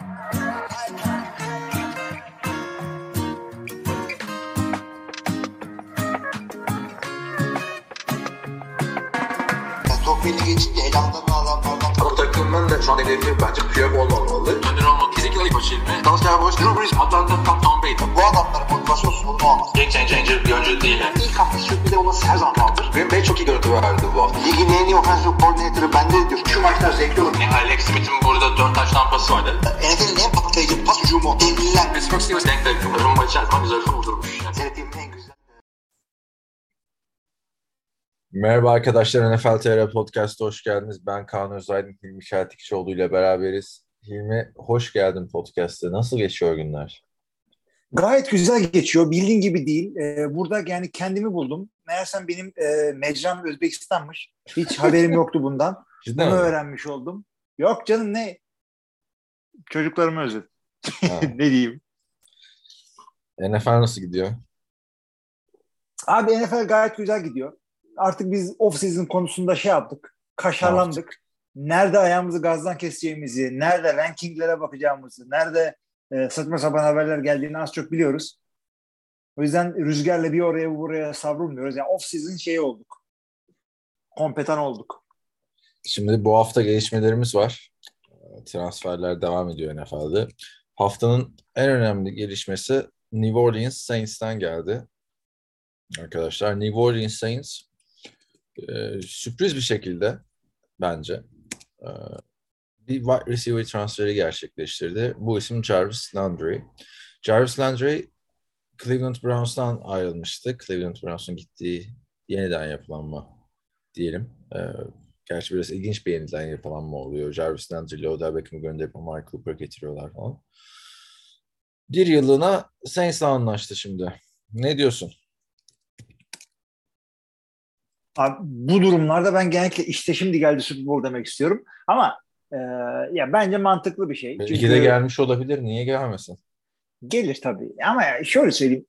Belli geçince elamdan adamlardan. Bu takımın da şu an hedefi bence Piyok olmamalı. Önder olmak Ezekiel Aybaşı ilmi. Dalsya Boş, Drew Brees, Atlanta, Tom Brady. Bu adamların motivasyonsuz bulma olmaz. Game changer bir oyuncu değil. İlk hafta sürpriz olması her zaman vardır. Green Bay çok iyi görüntü verdi bu hafta. Ligin en iyi offensive coordinator'ı bende diyor. Şu maçlar zevkli olur. Alex Smith'in burada 4 taş tampası vardı. NFL'in en patlayıcı pas hücumu. Devliler. Pittsburgh Steelers denk denk. Rumba içerisinde güzel vurdurmuş. Seyrettiğimin en güzel. Merhaba arkadaşlar, NFL TR Podcast'a hoş geldiniz. Ben Kaan Özaydın, Hilmi Şeltikçioğlu ile beraberiz. Hilmi, hoş geldin podcast'a. Nasıl geçiyor günler? Gayet güzel geçiyor. Bildiğin gibi değil. Burada yani kendimi buldum. Meğersem benim mecram Özbekistan'mış. Hiç haberim yoktu bundan. Cidden Bunu mi? öğrenmiş oldum. Yok canım ne? Çocuklarımı özledim. Ne diyeyim? NFL nasıl gidiyor? Abi NFL gayet güzel gidiyor. Artık biz off-season konusunda şey yaptık. Kaşarlandık. Nerede ayağımızı gazdan keseceğimizi, nerede rankinglere bakacağımızı, nerede saçma sapan haberler geldiğini az çok biliyoruz. O yüzden rüzgarla bir oraya bir buraya savrulmuyoruz. Yani off-season şeyi olduk. Kompetan olduk. Şimdi bu hafta gelişmelerimiz var. Transferler devam ediyor NFL'de. Haftanın en önemli gelişmesi New Orleans Saints'ten geldi. Arkadaşlar, New Orleans Saints sürpriz bir şekilde bence bir wide receiver transferi gerçekleştirdi. Bu isim Jarvis Landry. Jarvis Landry Cleveland Browns'tan ayrılmıştı. Cleveland Browns'un gittiği yeniden yapılanma diyelim. Gerçi biraz ilginç bir yeniden yapılanma oluyor. Jarvis Landry ile Odell Beckham'ı gönderip Amari Cooper getiriyorlar falan. Bir yıllığına Saints'le anlaştı şimdi. Ne diyorsun? Abi, bu durumlarda ben genellikle işte şimdi geldi Super Bowl demek istiyorum. Ama ya bence mantıklı bir şey. Belki de gelmiş olabilir. Niye gelmesin? Gelir tabii. Ama şöyle söyleyeyim.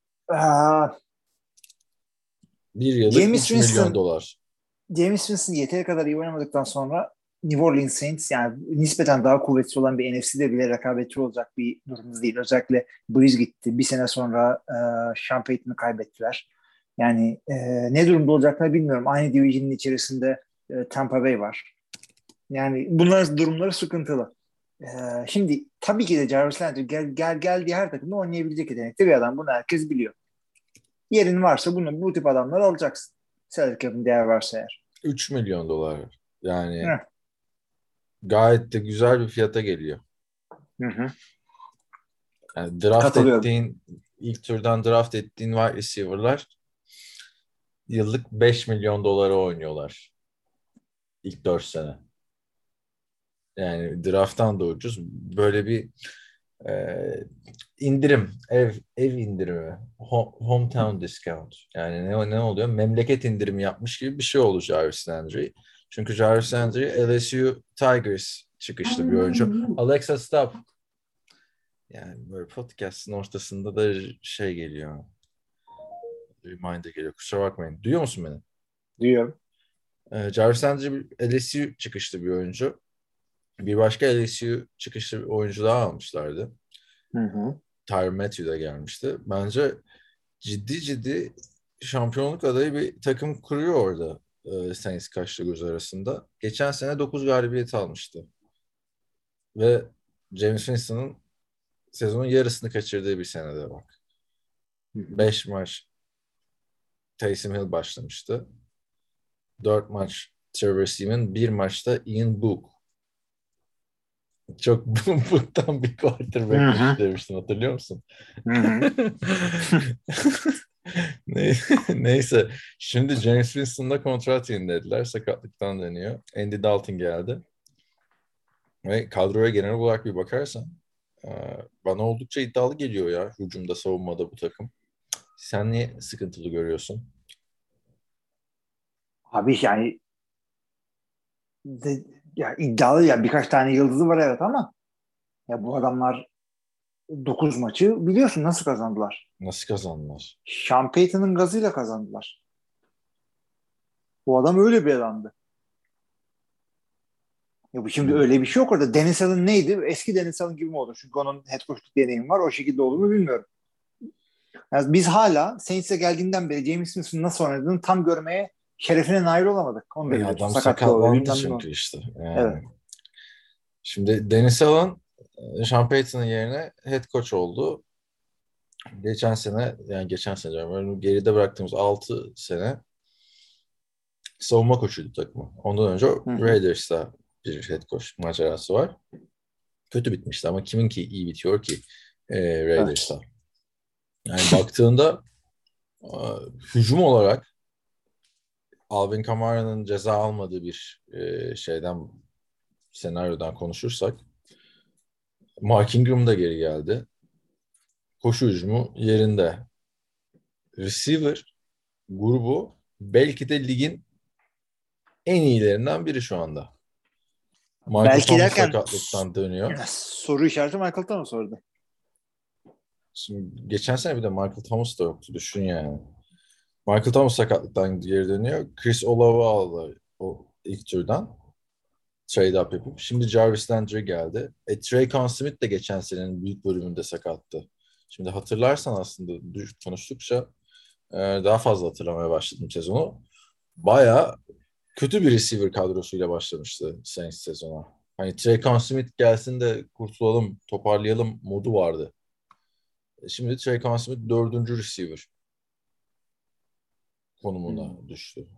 Bir yıllık James 3 milyon dolar. James Winston yeteri kadar iyi oynamadıktan sonra New Orleans Saints yani nispeten daha kuvvetli olan bir NFC'de bile rekabetçi olacak bir durumda değil. Özellikle Breeze gitti. Bir sene sonra Sean Payton'ı kaybettiler. Yani ne durumda olacaklarını bilmiyorum. Aynı division'ın içerisinde Tampa Bay var. Yani bunların durumları sıkıntılı. Şimdi tabii ki de Jarvis Landry geldiği her takımda oynayabilecek yetenekte bir adam. Bunu herkes biliyor. Yerin varsa bu tip adamları alacaksın. Salary cap'in değer varsa eğer. 3 milyon dolar. Yani Heh. gayet de güzel bir fiyata geliyor. Hı. Yani ilk turdan draft ettiğin wide receiver'lar yıllık 5 milyon dolara oynuyorlar. İlk 4 sene. Yani draft'tan da ucuz. Böyle bir indirim, ev indirimi, hometown discount. Yani ne oluyor? Memleket indirimi yapmış gibi bir şey oldu Jarvis Landry. Çünkü Jarvis Landry LSU Tigers çıkışlı bir oyuncu. Alexa stop. Yani böyle podcast'ın ortasında da şey geliyor. Reminder geliyor. Kusura bakmayın. Duyuyor musun beni? Duyuyorum. Jarvis Landry LSU çıkışlı bir oyuncu. Bir başka LSU çıkışlı bir oyuncu daha almışlardı. Hı. Tyrann Mathieu da gelmişti. Bence ciddi şampiyonluk adayı bir takım kuruyor orada Saints kaşla göz arasında. Geçen sene 9 galibiyet almıştı. Ve James Winston'ın sezonun yarısını kaçırdığı bir senede bak. 5 maç Taysom Hill başlamıştı. 4 maç Trevor Seaman, 1 maçta Ian Book. Çok Book'tan bir quarterback demiştim, hatırlıyor musun? Neyse. Şimdi James Winston'da kontrat yenilediler. Sakatlıktan dönüyor. Andy Dalton geldi. Ve kadroya genel olarak bir bakarsan bana oldukça iddialı geliyor ya hücumda, savunmada bu takım. Sen niye sıkıntılı görüyorsun? Abi yani ya iddialı ya birkaç tane yıldızı var evet ama ya bu adamlar 9 maçı biliyorsun nasıl kazandılar? Nasıl kazandılar? Sean Payton'ın gazıyla kazandılar. Bu adam öyle bir adamdı. Ya bu şimdi öyle bir şey yok orada. Dennis Allen neydi? Eski Dennis Allen gibi mi olur? Çünkü onun head coachluk deneyimi var. O şekilde olur mu bilmiyorum. Yani biz hala Saints'e geldiğinden beri James Winston'ın nasıl oynadığını tam görmeye şerefine nail olamadık. Onu da biliyorsun. Adam Sakatlığı oluyor. sakatlandı Bilmem ne çünkü oluyor. işte. Evet. Yani. Şimdi Dennis Allen Sean Payton'ın yerine head coach oldu. Geçen sene diyorum. Öyle geride bıraktığımız 6 sene savunma koçuydu takımı. Ondan önce Raiders'ta bir head coach macerası var. Kötü bitmişti ama kiminki iyi bitiyor ki Raiders'ta. Yani baktığında hücum olarak Alvin Kamara'nın ceza almadığı bir senaryodan konuşursak Mark Ingram da geri geldi. Koşu hücumu yerinde. Receiver grubu belki de ligin en iyilerinden biri şu anda. Michael Belki Thomas derken sakatlıktan dönüyor. soru işareti Michael Thomas sordu. Şimdi geçen sene bir de Michael Thomas da yoktu. Düşün yani. Michael Thomas sakatlıktan geri dönüyor. Chris Olave aldı o ilk turdan. Trade up yapıp. Şimdi Jarvis Landry geldi. Trayvon Smith de geçen senenin büyük bölümünde sakattı. Şimdi hatırlarsan aslında konuştukça daha fazla hatırlamaya başladım sezonu. Bayağı kötü bir receiver kadrosuyla başlamıştı Saints sezona. Hani Trayvon Smith gelsin de kurtulalım, toparlayalım modu vardı. Şimdi Trayvon Smith 4. receiver konumuna düştü.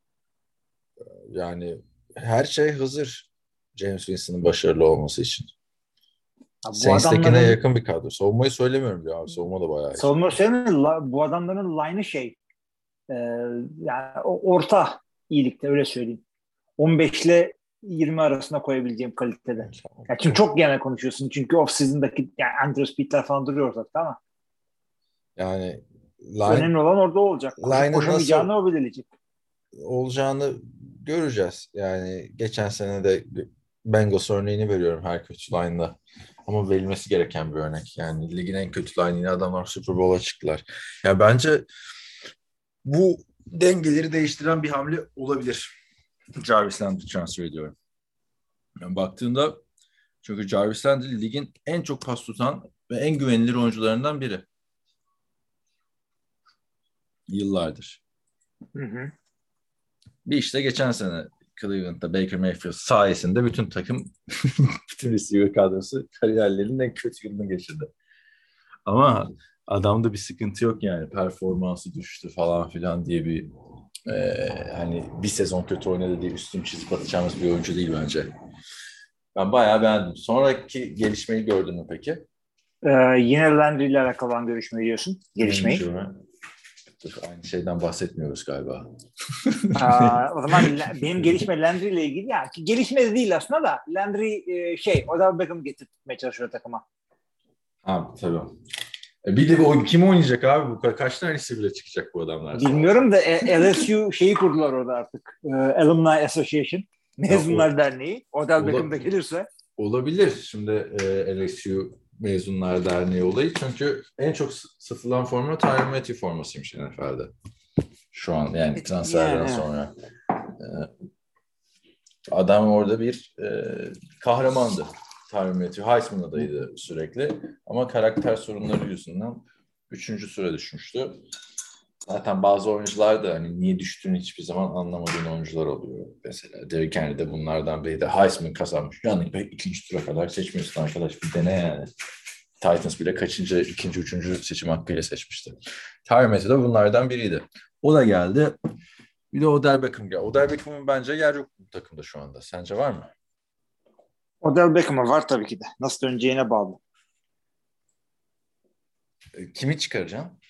Yani her şey hazır James Winston'ın başarılı olması için. Saints'tekine yakın bir kadro. Savunmayı söylemiyorum ya. Savunma da bayağı iyi. Savunma söylemiyorum. Bu adamların line'ı yani orta iyilikte öyle söyleyeyim. 15 ile 20 arasında koyabileceğim kalitede. Yani çünkü çok genel konuşuyorsun. Çünkü off-season'daki yani Andrew Speed'ler falan duruyor orada ama. Yani önemli olan orada olacak. Koşamayacağını o belirleyecek. Olacağını göreceğiz. Yani geçen sene de Bengals örneğini veriyorum her kötü line'da. Ama verilmesi gereken bir örnek. Yani ligin en kötü line'ine adamlar Super Bowl'a çıktılar. Yani bence bu dengeleri değiştiren bir hamle olabilir. Jarvis Landry transfer ediyorum. Yani baktığında çünkü Jarvis Landry ligin en çok pas tutan ve en güvenilir oyuncularından biri. Yıllardır. Hı. Bir işte geçen sene Cleveland'da Baker Mayfield sayesinde bütün takım bütün receiver kadrosu kariyerlerinin en kötü yılını geçirdi. Ama adamda bir sıkıntı yok yani. Performansı düştü falan filan diye hani bir sezon kötü oynadı diye üstün çizip atacağımız bir oyuncu değil bence. Ben bayağı beğendim. Sonraki gelişmeyi gördün mü peki? Yine Landry ile alakalı olan görüşmeyi diyorsun. Gelişmeyi. Aynı şeyden bahsetmiyoruz galiba. O zaman benim gelişme Landry ile ilgili. Yani gelişme de değil aslında da Landry Odell Beckham getirtmeye çalışıyor takıma. Ha tabii. Bir de o kim oynayacak abi? Bu kaç tanesi bile çıkacak bu adamlar? Bilmiyorum da LSU kurdular orada artık. Alumni Association. Mezunlar Derneği. Odell Beckham da gelirse. Olabilir. Şimdi LSU Mezunlar Derneği olayı. Çünkü en çok satılan forma Tyrann Mathieu formasıymış NFL'de. Şu an yani transferden sonra. Adam orada bir kahramandı. Tyrann Mathieu Heisman adayıydı sürekli. Ama karakter sorunları yüzünden 3. sıra düşmüştü. Zaten bazı oyuncular da hani niye düştüğünü hiçbir zaman anlamadığın oyuncular oluyor. Mesela Derrick Henry de bunlardan biri de Heisman kazanmış. Yani pek 2. tura kadar seçmiyorsun arkadaş, bir dene yani. Titans bile kaçıncı, 2. 3. seçim hakkıyla seçmişti. Tyrann Mathieu de bunlardan biriydi. O da geldi. Bir de Odell Beckham geldi. Odell Beckham'ın bence yer yok bu takımda şu anda. Sence var mı? Odell Beckham'a var tabii ki de. Nasıl döneceğine bağlı. Kimi çıkaracaksın?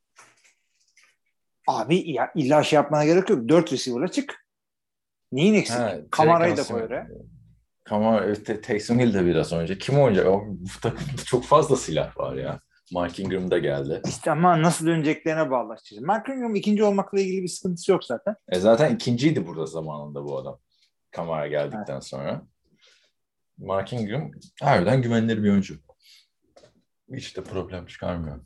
Abi ya illa yapmana gerek yok. 4 receiver'a çık. Neyin eksik? Kamara'yı da koy oraya. Kamara, Taysom Hill de biraz önce. Kim oynayacak? Bu takımda çok fazla silah var ya. Mark Ingram da geldi. İşte ama nasıl döneceklerine bağlı. Mark Ingram 2. olmakla ilgili bir sıkıntısı yok zaten. Zaten 2.'ydi burada zamanında bu adam. Kamara geldikten sonra. Mark Ingram harbiden güvenilir bir oyuncu. Hiç de problem çıkarmıyor.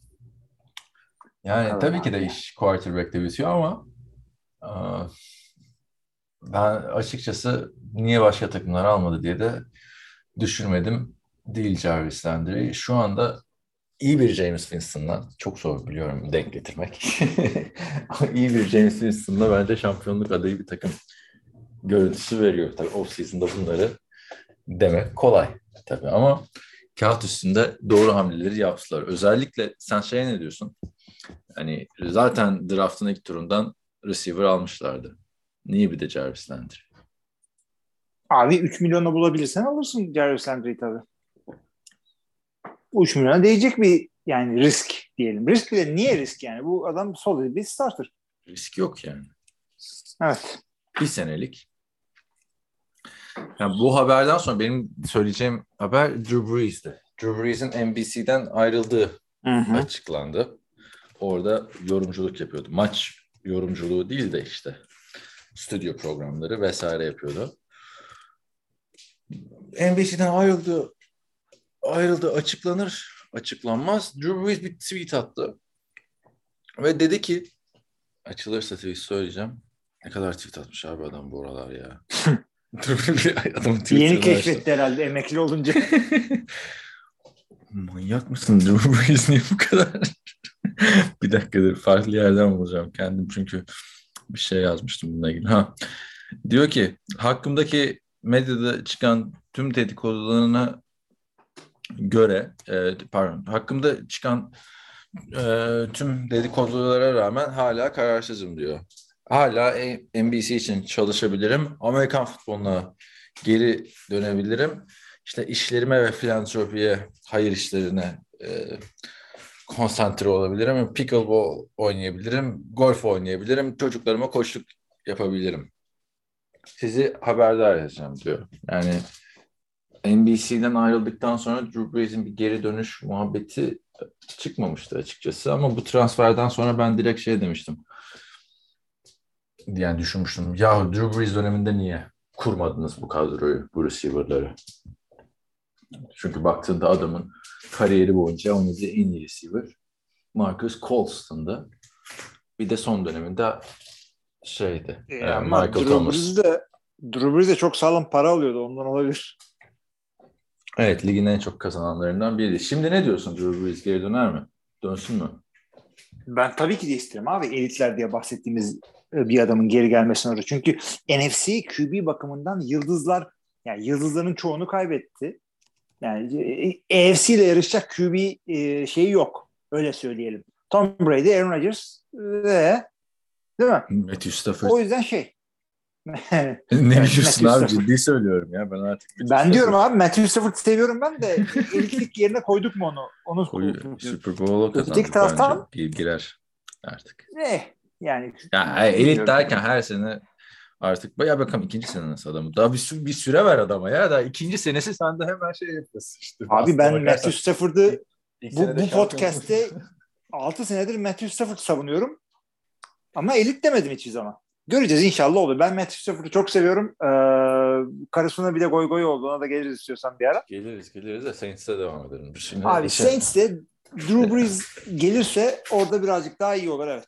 Yani tabii ki de iş quarterback'te bitiyor ama Ben açıkçası niye başka takımlar almadı diye de düşünmedim değil Jarvis Landry'i. Şu anda iyi bir James Winston'la, çok zor biliyorum denk getirmek. Ama iyi bir James Winston'la bence şampiyonluk adayı bir takım görüntüsü veriyor. Tabii off-season'da bunları demek kolay tabii ama kağıt üstünde doğru hamleleri yaptılar. Özellikle sen ne diyorsun? Hani zaten draft'ın ilk turundan receiver almışlardı. Niye bir de Jarvis Landry? Abi 3 milyona bulabilirsen alırsın Jarvis Landry'i tabii. 3 milyona değecek bir yani risk diyelim. Risk bile niye risk yani? Bu adam solid bir starter. Risk yok yani. Evet. Bir senelik. Yani bu haberden sonra benim söyleyeceğim haber Drew Brees'ti. Drew Brees'in NBC'den ayrıldığı açıklandı. Orada yorumculuk yapıyordu. Maç yorumculuğu değil de işte stüdyo programları vesaire yapıyordu. NBC'den ayrıldı açıklanmaz. Drew Brees bir tweet attı. Ve dedi ki açılırsa tweet söyleyeceğim. Ne kadar tweet atmış abi adam bu aralar ya. Yeni keşfetti herhalde emekli olunca. Manyak mısın Drew Brees niye bu kadar? Bir dakikadır farklı yerden bulacağım kendim çünkü bir şey yazmıştım bununla ilgili. Diyor ki hakkımdaki medyada çıkan tüm dedikodularına göre hakkımda çıkan tüm dedikodulara rağmen hala kararsızım diyor. Hala NBC için çalışabilirim. Amerikan futboluna geri dönebilirim. İşte işlerime ve filantropiye, hayır işlerine konsantre olabilirim. Pickleball oynayabilirim. Golf oynayabilirim. Çocuklarıma koçluk yapabilirim. Sizi haberdar edeceğim diyor. Yani NBC'den ayrıldıktan sonra Drew Brees'in bir geri dönüş muhabbeti çıkmamıştı açıkçası. Ama bu transferden sonra ben direkt demiştim. Yani düşünmüştüm. Ya Drew Brees döneminde niye kurmadınız bu kadroyu, bu receiver'ları? Çünkü baktığında adamın kariyeri boyunca oynadığı en iyi receiver Marcus Colston'da. Bir de son döneminde ama Michael Thomas. Drew Brees de çok sağlam para alıyordu. Ondan olabilir. Evet, ligin en çok kazananlarından biri. Şimdi ne diyorsun, Drew Brees geri döner mi? Dönsün mü? Ben tabii ki de isterim abi. Elitler diye bahsettiğimiz bir adamın geri gelmesini orada. Çünkü NFC QB bakımından yıldızların çoğunu kaybetti. Yani AFC ile yarışacak QB şeyi yok. Öyle söyleyelim. Tom Brady, Aaron Rodgers ve değil mi? Matthew Stafford. O yüzden ne diyorsun abi? Ciddi söylüyorum ya. Ben artık diyorum abi Matthew Stafford'ı seviyorum ben de elitlik yerine koyduk mu onu? Onu Super Bowl'u kazandık bence. Girer artık. Yani elit derken her sene artık bakalım ikinci sene nasıl adamı. Daha bir süre ver adama ya. Daha ikinci senesi sen de hemen yapıyorsun işte. Abi ben Matthew Stafford'ı bu podcast'te 6 senedir Matthew Stafford savunuyorum. Ama elit demedim hiçbir zaman. Göreceğiz inşallah olur. Ben Matthew Stafford'ı çok seviyorum. Karısına bir de goy goy oldu. Ona da geliriz istiyorsan bir ara. Geliriz de Saints'e devam edelim. Şimdi abi Saints'te Drew Brees gelirse orada birazcık daha iyi olur evet.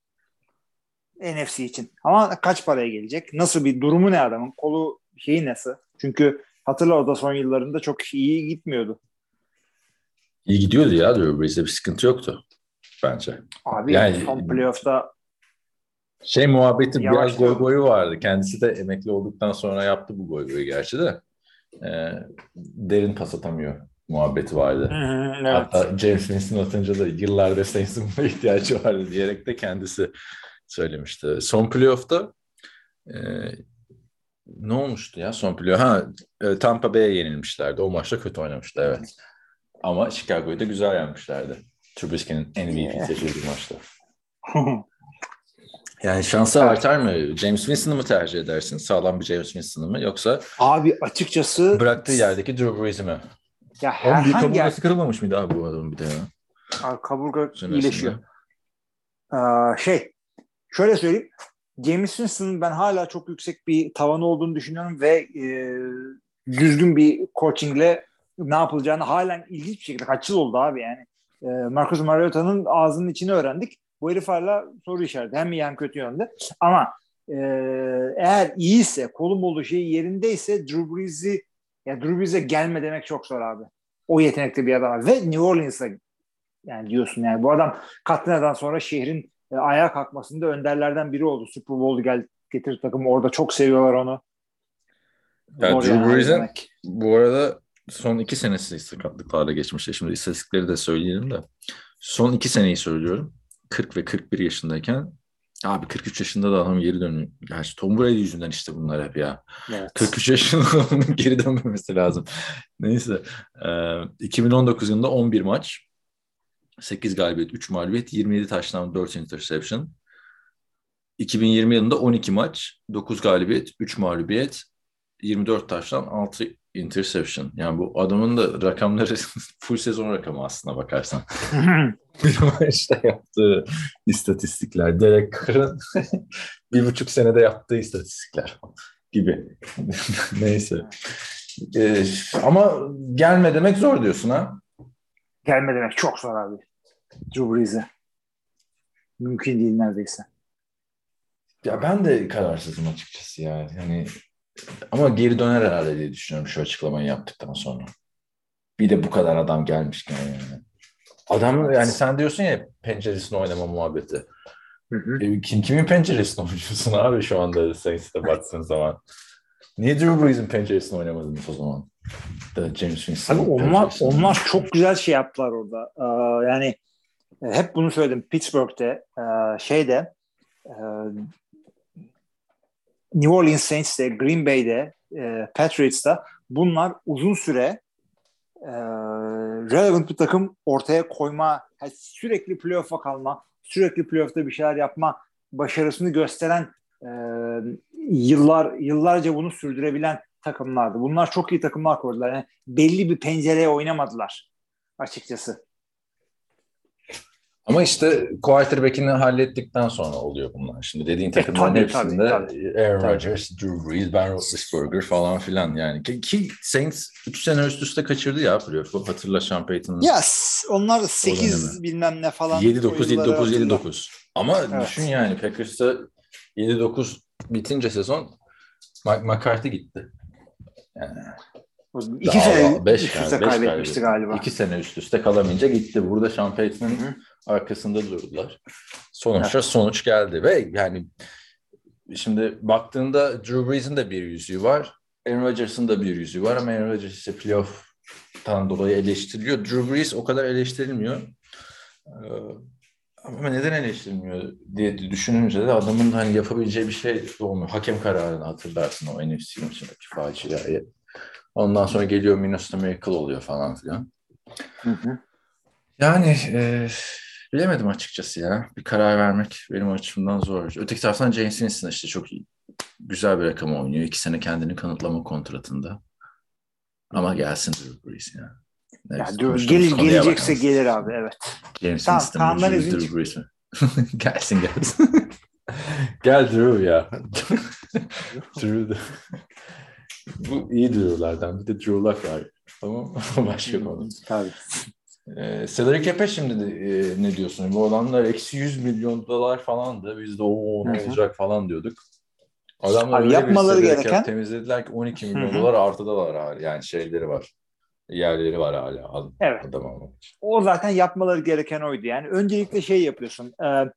NFC için. Ama kaç paraya gelecek? Nasıl bir durumu ne adamın? Kolu nasıl? Çünkü hatırla o da son yıllarında çok iyi gitmiyordu. İyi gidiyordu ya Drew Brees'te bir sıkıntı yoktu bence. Abi yani, son playoff'ta muhabbeti biraz goy goyu vardı. Kendisi de emekli olduktan sonra yaptı bu goy goyu gerçi de. Derin pas atamıyor muhabbeti vardı. Evet. Hatta James Winston atınca da yıllarda Saints'in buna ihtiyacı vardı diyerek de kendisi söylemişti. Son playoff'ta ne olmuştu ya son playoff? Tampa Bay'e yenilmişlerdi. O maçta kötü oynamıştı evet. Ama Chicago'yu da güzel yenmişlerdi. Trubisky'nin MVP seçildiği maçta. Yani şansı artar mı? James Winston'ı mı tercih edersin? Sağlam bir James Winston'ı mı? Yoksa abi açıkçası bıraktığı yerdeki Drew Brees'i mi? Ya bir kaburgası kırılmamış mıydı abi bu adamın bir de ya? Kaburga iyileşiyor. Şöyle söyleyeyim. James Winston'ın ben hala çok yüksek bir tavanı olduğunu düşünüyorum ve düzgün bir coachingle ne yapılacağını halen ilginç bir şekilde kaç yıl oldu abi yani. Marcus Mariota'nın ağzının içini öğrendik. Bu herif hala soru işareti. Hem iyi hem kötü yönde. Ama eğer iyiyse, kolum olduğu şeyi yerindeyse Drew Brees'e gelme demek çok zor abi. O yetenekli bir adam. Ve New Orleans'a yani diyorsun yani bu adam Katrina'dan sonra şehrin ayağa kalkmasında önderlerden biri oldu. Super Bowl'u getir takımı orada çok seviyorlar onu. Ya Zor Drew yani Brees'in demek. bu arada son 2 senesi sakatlıklarla geçmiş. Şimdi istatistikleri de söyleyelim de. Son 2 seneyi söylüyorum. 40 ve 41 yaşındayken abi 43 yaşında da adam geri dönüyor. Gerçi Tom Brady yüzünden işte bunlar hep ya. Evet. 43 yaşında onun geri dönmemesi lazım. Neyse. 2019 yılında 11 maç. 8 galibiyet, 3 mağlubiyet, 27 touchdown, 4 interception. 2020 yılında 12 maç, 9 galibiyet, 3 mağlubiyet, 24 touchdown, 6 interception. Yani bu adamın da rakamları full sezon rakamı aslına bakarsan. Bir maçta yaptığı istatistikler. Derek Carr'ın 1,5 senede yaptığı istatistikler gibi. Neyse. Ama gelme demek zor diyorsun ha? Gelme demek çok zor abi. Drew Brees'e. Mümkün değil neredeyse. Ya ben de kararsızım açıkçası ya. Yani ama geri döner herhalde diye düşünüyorum şu açıklamayı yaptıktan sonra. Bir de bu kadar adam gelmişken yani. Adam yani sen diyorsun ya penceresine oynama muhabbeti. Kimin penceresine oynuyorsun abi şu anda Saints'te baktığın zaman? Niye Drew Brees'in penceresine oynamadınız o zaman? James Winston'ın onlar çok güzel şey yaptılar orada. Yani hep bunu söyledim. Pittsburgh'te New Orleans Saints'te, Green Bay'de, Patriots'ta bunlar uzun süre relevant bir takım ortaya koyma, sürekli playoff'a kalma, sürekli playoff'ta bir şeyler yapma başarısını gösteren yıllarca bunu sürdürebilen takımlardı. Bunlar çok iyi takımlar kurdular. Yani belli bir pencereye oynamadılar açıkçası. Ama işte quarterback'ini hallettikten sonra oluyor bunlar. Şimdi dediğin takımların hepsinde Aaron Rodgers, Drew Brees, Ben Roethlisberger falan filan yani. Ki Saints 3 sene üst üste kaçırdı ya playoff'u. Hatırla Sean Payton'ın. Yes, onlar 8 bilmem ne falan. 7-9, 7-9, 7-9. Ama düşün yani Packers'ta 7-9 bitince sezon McCarthy gitti. Yani 2 sene üst üste kaybetmişti galiba. 2 sene üst üste kalamayınca gitti. Burada Sean Payton'ın arkasında durdular. Sonuçta sonuç geldi ve yani şimdi baktığında Drew Brees'in de bir yüzüğü var. Aaron Rodgers'ın da bir yüzüğü var ama Aaron Rodgers ise playoff'tan dolayı eleştiriliyor. Drew Brees o kadar eleştirilmiyor. Ama neden eleştirilmiyor diye düşününce de adamın hani yapabileceği bir şey olmuyor. Hakem kararını hatırlarsın o NFC maçındaki faciayı. Ondan sonra geliyor Minnesota Miracle oluyor falan filan. Yani bilemedim açıkçası ya. Bir karar vermek benim açımdan zor. Öteki taraftan James Winston işte çok iyi. Güzel bir rakam oynuyor. 2 sene kendini kanıtlama kontratında. Ama gelsin Drew Brees ya. Gelecekse gelir abi evet. James Winston mı? Drew Brees mi? gelsin. Gel Drew ya. Drew bu iyi Drew'lardan. Bir de Drew Luck var. Tamam başka konu. Tabii. Salary cap'e şimdi ne diyorsun? Bu adamlar eksi 100 milyon dolar falandı. Biz de o ne olacak falan diyorduk. Adamlar öyle yapmaları bir salary gereken cap temizlediler ki 12 milyon dolar artıdalar hala. Yani şeyleri var. Yerleri var hala. Evet. O zaten yapmaları gereken oydu. Yani öncelikle yapıyorsun.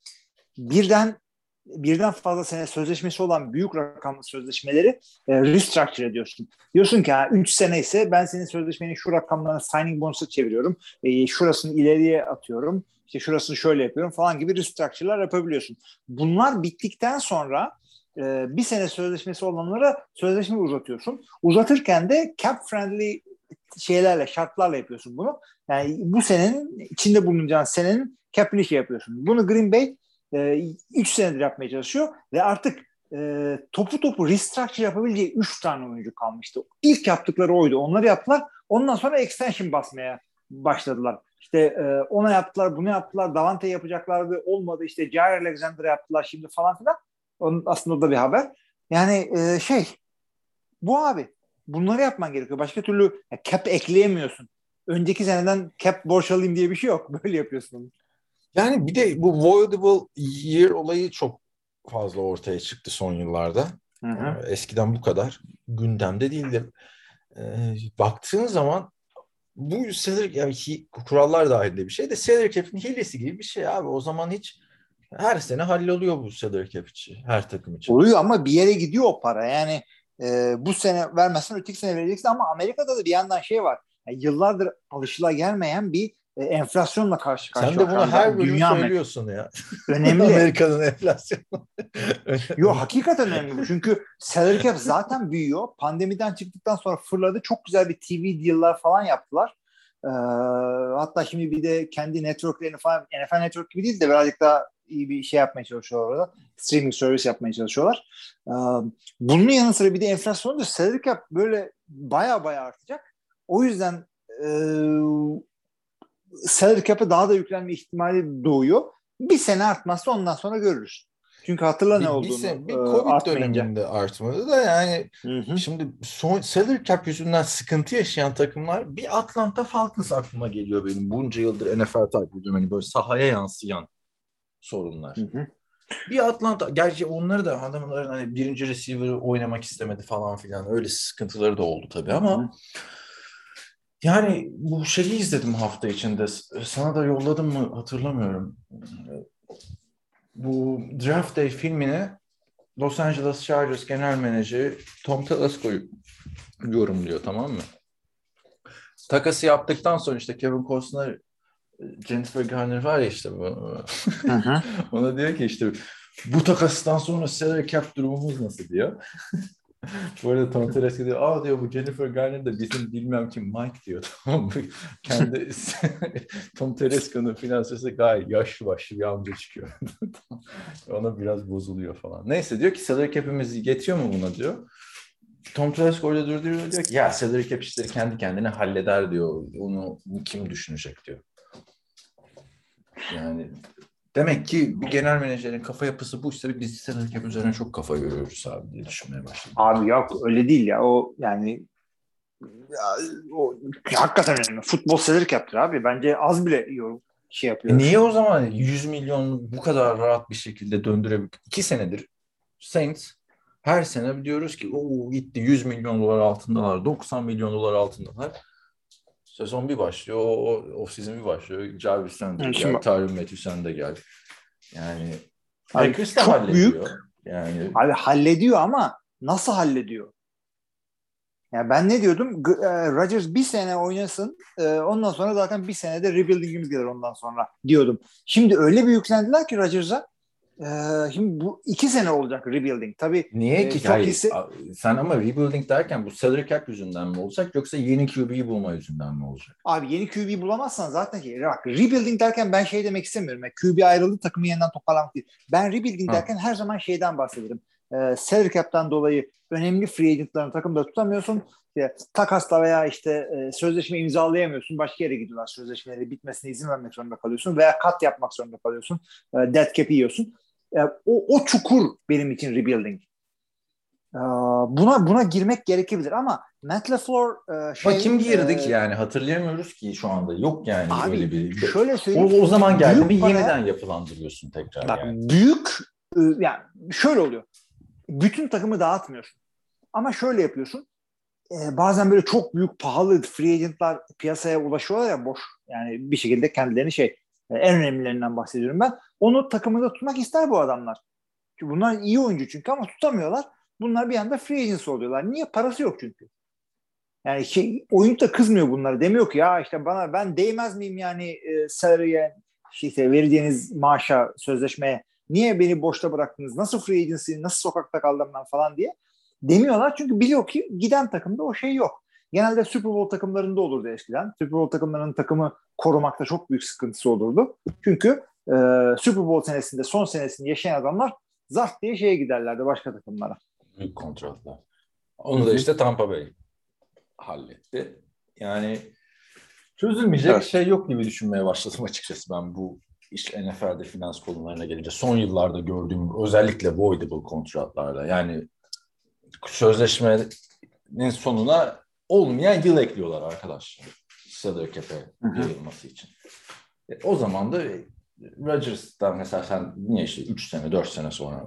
Birden fazla sene sözleşmesi olan büyük rakamlı sözleşmeleri restructure ediyorsun. Diyorsun ki 3 sene ise ben senin sözleşmenin şu rakamlarını signing bonus'a çeviriyorum. Şurasını ileriye atıyorum. İşte şurasını şöyle yapıyorum falan gibi restructure'lar yapabiliyorsun. Bunlar bittikten sonra bir sene sözleşmesi olanlara sözleşme uzatıyorsun. Uzatırken de cap friendly şartlarla yapıyorsun bunu. Yani bu senenin içinde bulunacağın senenin cap'ini yapıyorsun. Bunu Green Bay 3 senedir yapmaya çalışıyor ve artık topu restructure yapabileceği 3 tane oyuncu kalmıştı. İlk yaptıkları oydu. Onları yaptılar. Ondan sonra extension basmaya başladılar. İşte ona yaptılar, bunu yaptılar. Davante yapacaklardı. Olmadı. İşte Jair Alexander yaptılar şimdi falan filan. Aslında o da bir haber. Yani bu abi. Bunları yapman gerekiyor. Başka türlü cap ekleyemiyorsun. Önceki seneden cap borç alayım diye bir şey yok. Böyle yapıyorsun. Yani bir de bu voidable year olayı çok fazla ortaya çıktı son yıllarda. Hı hı. Eskiden bu kadar gündemde değildi. Baktığın zaman bu salary, yani kurallar dahilinde bir şey de salary cap'in hilesi gibi bir şey abi. O zaman hiç her sene halloluyor bu salary cap için, her takım için. Oluyor ama bir yere gidiyor o para. Yani bu sene vermezsen öteki sene vereceksin ama Amerika'da da bir yandan şey var. Yani yıllardır alışılagelmeyen bir enflasyonla karşı karşıya. Sen de bunu her bölüm Dünya söylüyorsun ya. önemli. Amerika'nın enflasyonu. Yok, hakikaten önemli bu. Çünkü salary cap zaten büyüyor. Pandemiden çıktıktan sonra fırladı. Çok güzel bir TV deal'lar falan yaptılar. Hatta şimdi bir de kendi networklerini falan, NFL Network gibi değil de birazcık daha iyi bir şey yapmaya çalışıyorlar orada. Streaming service yapmaya çalışıyorlar. Bunun yanı sıra bir de enflasyon da salary cap böyle baya baya artacak. O yüzden salary cap'e daha da yüklenme ihtimali doğuyor. Bir sene artmazsa ondan sonra görürüz. Çünkü hatırla ne olduğunu. Bir Covid artmayınca döneminde artmadı da yani Hı-hı. şimdi son salary cap yüzünden sıkıntı yaşayan takımlar, bir Atlanta Falcons aklıma geliyor benim. Bunca yıldır NFL takip ediyorum. Hani böyle sahaya yansıyan sorunlar. Hı-hı. Bir Atlanta, gerçi onları da adamların hani birinci receiver'ı oynamak istemedi falan filan, öyle sıkıntıları da oldu tabii ama Hı-hı. yani bu şeyi izledim hafta içinde. Sana da yolladım mı hatırlamıyorum. Bu Draft Day filmini Los Angeles Chargers Genel Menajeri Tom Telesco yorumluyor, tamam mı? Takası yaptıktan sonra işte Kevin Costner, Jennifer Garner var ya işte bu. Ona diyor ki işte bu takastan sonra salary cap durumumuz nasıl diyor. Bu arada Tom Telesco diyor, diyor bu Jennifer Garner da bizim bilmem kim Mike diyor. Tamam mı? Kendi Tom Telesco'nun finansçısı gayet yaşlı başlı bir amca çıkıyor. Ona biraz bozuluyor falan. Neyse, diyor ki salary cap'imiz yetiyor mu buna diyor. Tom Telesco orada durduruyor, diyor ki ya salary cap işleri kendi kendine halleder diyor. Onu kim düşünecek diyor. Yani demek ki bir genel menajerin kafa yapısı bu, işte biz salary cap üzerine çok kafa yoruyoruz abi diye düşünmeye başladım. Abi yok öyle değil ya. O yani o hakikaten önemli. Futbol salary cap'tir abi. Bence az bile şey yapıyor. Niye o zaman 100 milyon bu kadar rahat bir şekilde döndürebiliyor? 2 senedir Saints her sene diyoruz ki gitti 100 milyon dolar altındalar, 90 milyon dolar altındalar. Sezon bir başlıyor, off-season bir başlıyor. Jarvis sen de gel, Tyrann Mathieu sen de gel. Yani Packers de hallediyor. Büyük. Yani abi hallediyor ama nasıl hallediyor? Yani ben ne diyordum? Rodgers bir sene oynasın, ondan sonra zaten bir senede rebuilding'imiz gelir ondan sonra diyordum. Şimdi öyle bir yüklendiler ki Rodgers'a. Şimdi bu 2 sene olacak rebuilding. Tabii. Niye ki? Hayır. Sen ama rebuilding derken bu salary cap yüzünden mi olacak yoksa yeni QB'yi bulma yüzünden mi olacak? Abi yeni QB'yi bulamazsan zaten bak, rebuilding derken ben şey demek istemiyorum. Yani QB ayrıldı, takımı yeniden toparlamak değil. Ben rebuilding derken her zaman şeyden bahsederim. Salary cap'ten dolayı önemli free agent'larını takımda tutamıyorsun. Takasla veya işte sözleşme imzalayamıyorsun. Başka yere gidiyorlar. Sözleşmeleri bitmesine izin vermek zorunda kalıyorsun veya cut yapmak zorunda kalıyorsun. Dead cap'i yiyorsun. O çukur benim için rebuilding. Buna girmek gerekebilir ama Matt LaFleur kim girdik yani hatırlayamıyoruz ki şu anda. Yok yani abi, öyle bir. Şöyle söyleyeyim. O zaman geldi bir yeniden yapılandırıyorsun tekrar. Bak, yani. Büyük yani şöyle oluyor. Bütün takımı dağıtmıyorsun. Ama şöyle yapıyorsun. Bazen böyle çok büyük pahalı free agentlar piyasaya ulaşıyorlar ya, boş. Yani bir şekilde kendilerini en önemlilerinden bahsediyorum ben. Onu takımında tutmak ister bu adamlar. Çünkü bunlar iyi oyuncu çünkü ama tutamıyorlar. Bunlar bir anda free agents oluyorlar. Niye? Parası yok çünkü. Yani oyuncu da kızmıyor bunlara. Demiyor ki ya işte ben değmez miyim yani salary'e, vereceğiniz maaşa, sözleşmeye. Niye beni boşta bıraktınız? Nasıl free agency, nasıl sokakta kaldım ben falan diye. Demiyorlar çünkü biliyor ki giden takımda o şey yok. Genelde Super Bowl takımlarında olurdu eskiden. Super Bowl takımlarının takımı korumakta çok büyük sıkıntısı olurdu. Çünkü Super Bowl senesinde, son senesini yaşayan adamlar zart diye şeye giderlerdi, başka takımlara. Büyük kontratlar. Onu da işte Tampa Bay halletti. Yani çözülmeyecek şey yok gibi düşünmeye başladım açıkçası ben bu NFL'de finans konularına gelince. Son yıllarda gördüğüm özellikle voidable kontratlarla, yani sözleşmenin sonuna olmayan yıl ekliyorlar arkadaşlar. Salary cap'e yayılması için. O zaman da Rodgers'tan mesela sen niye işte 3 sene 4 sene sonra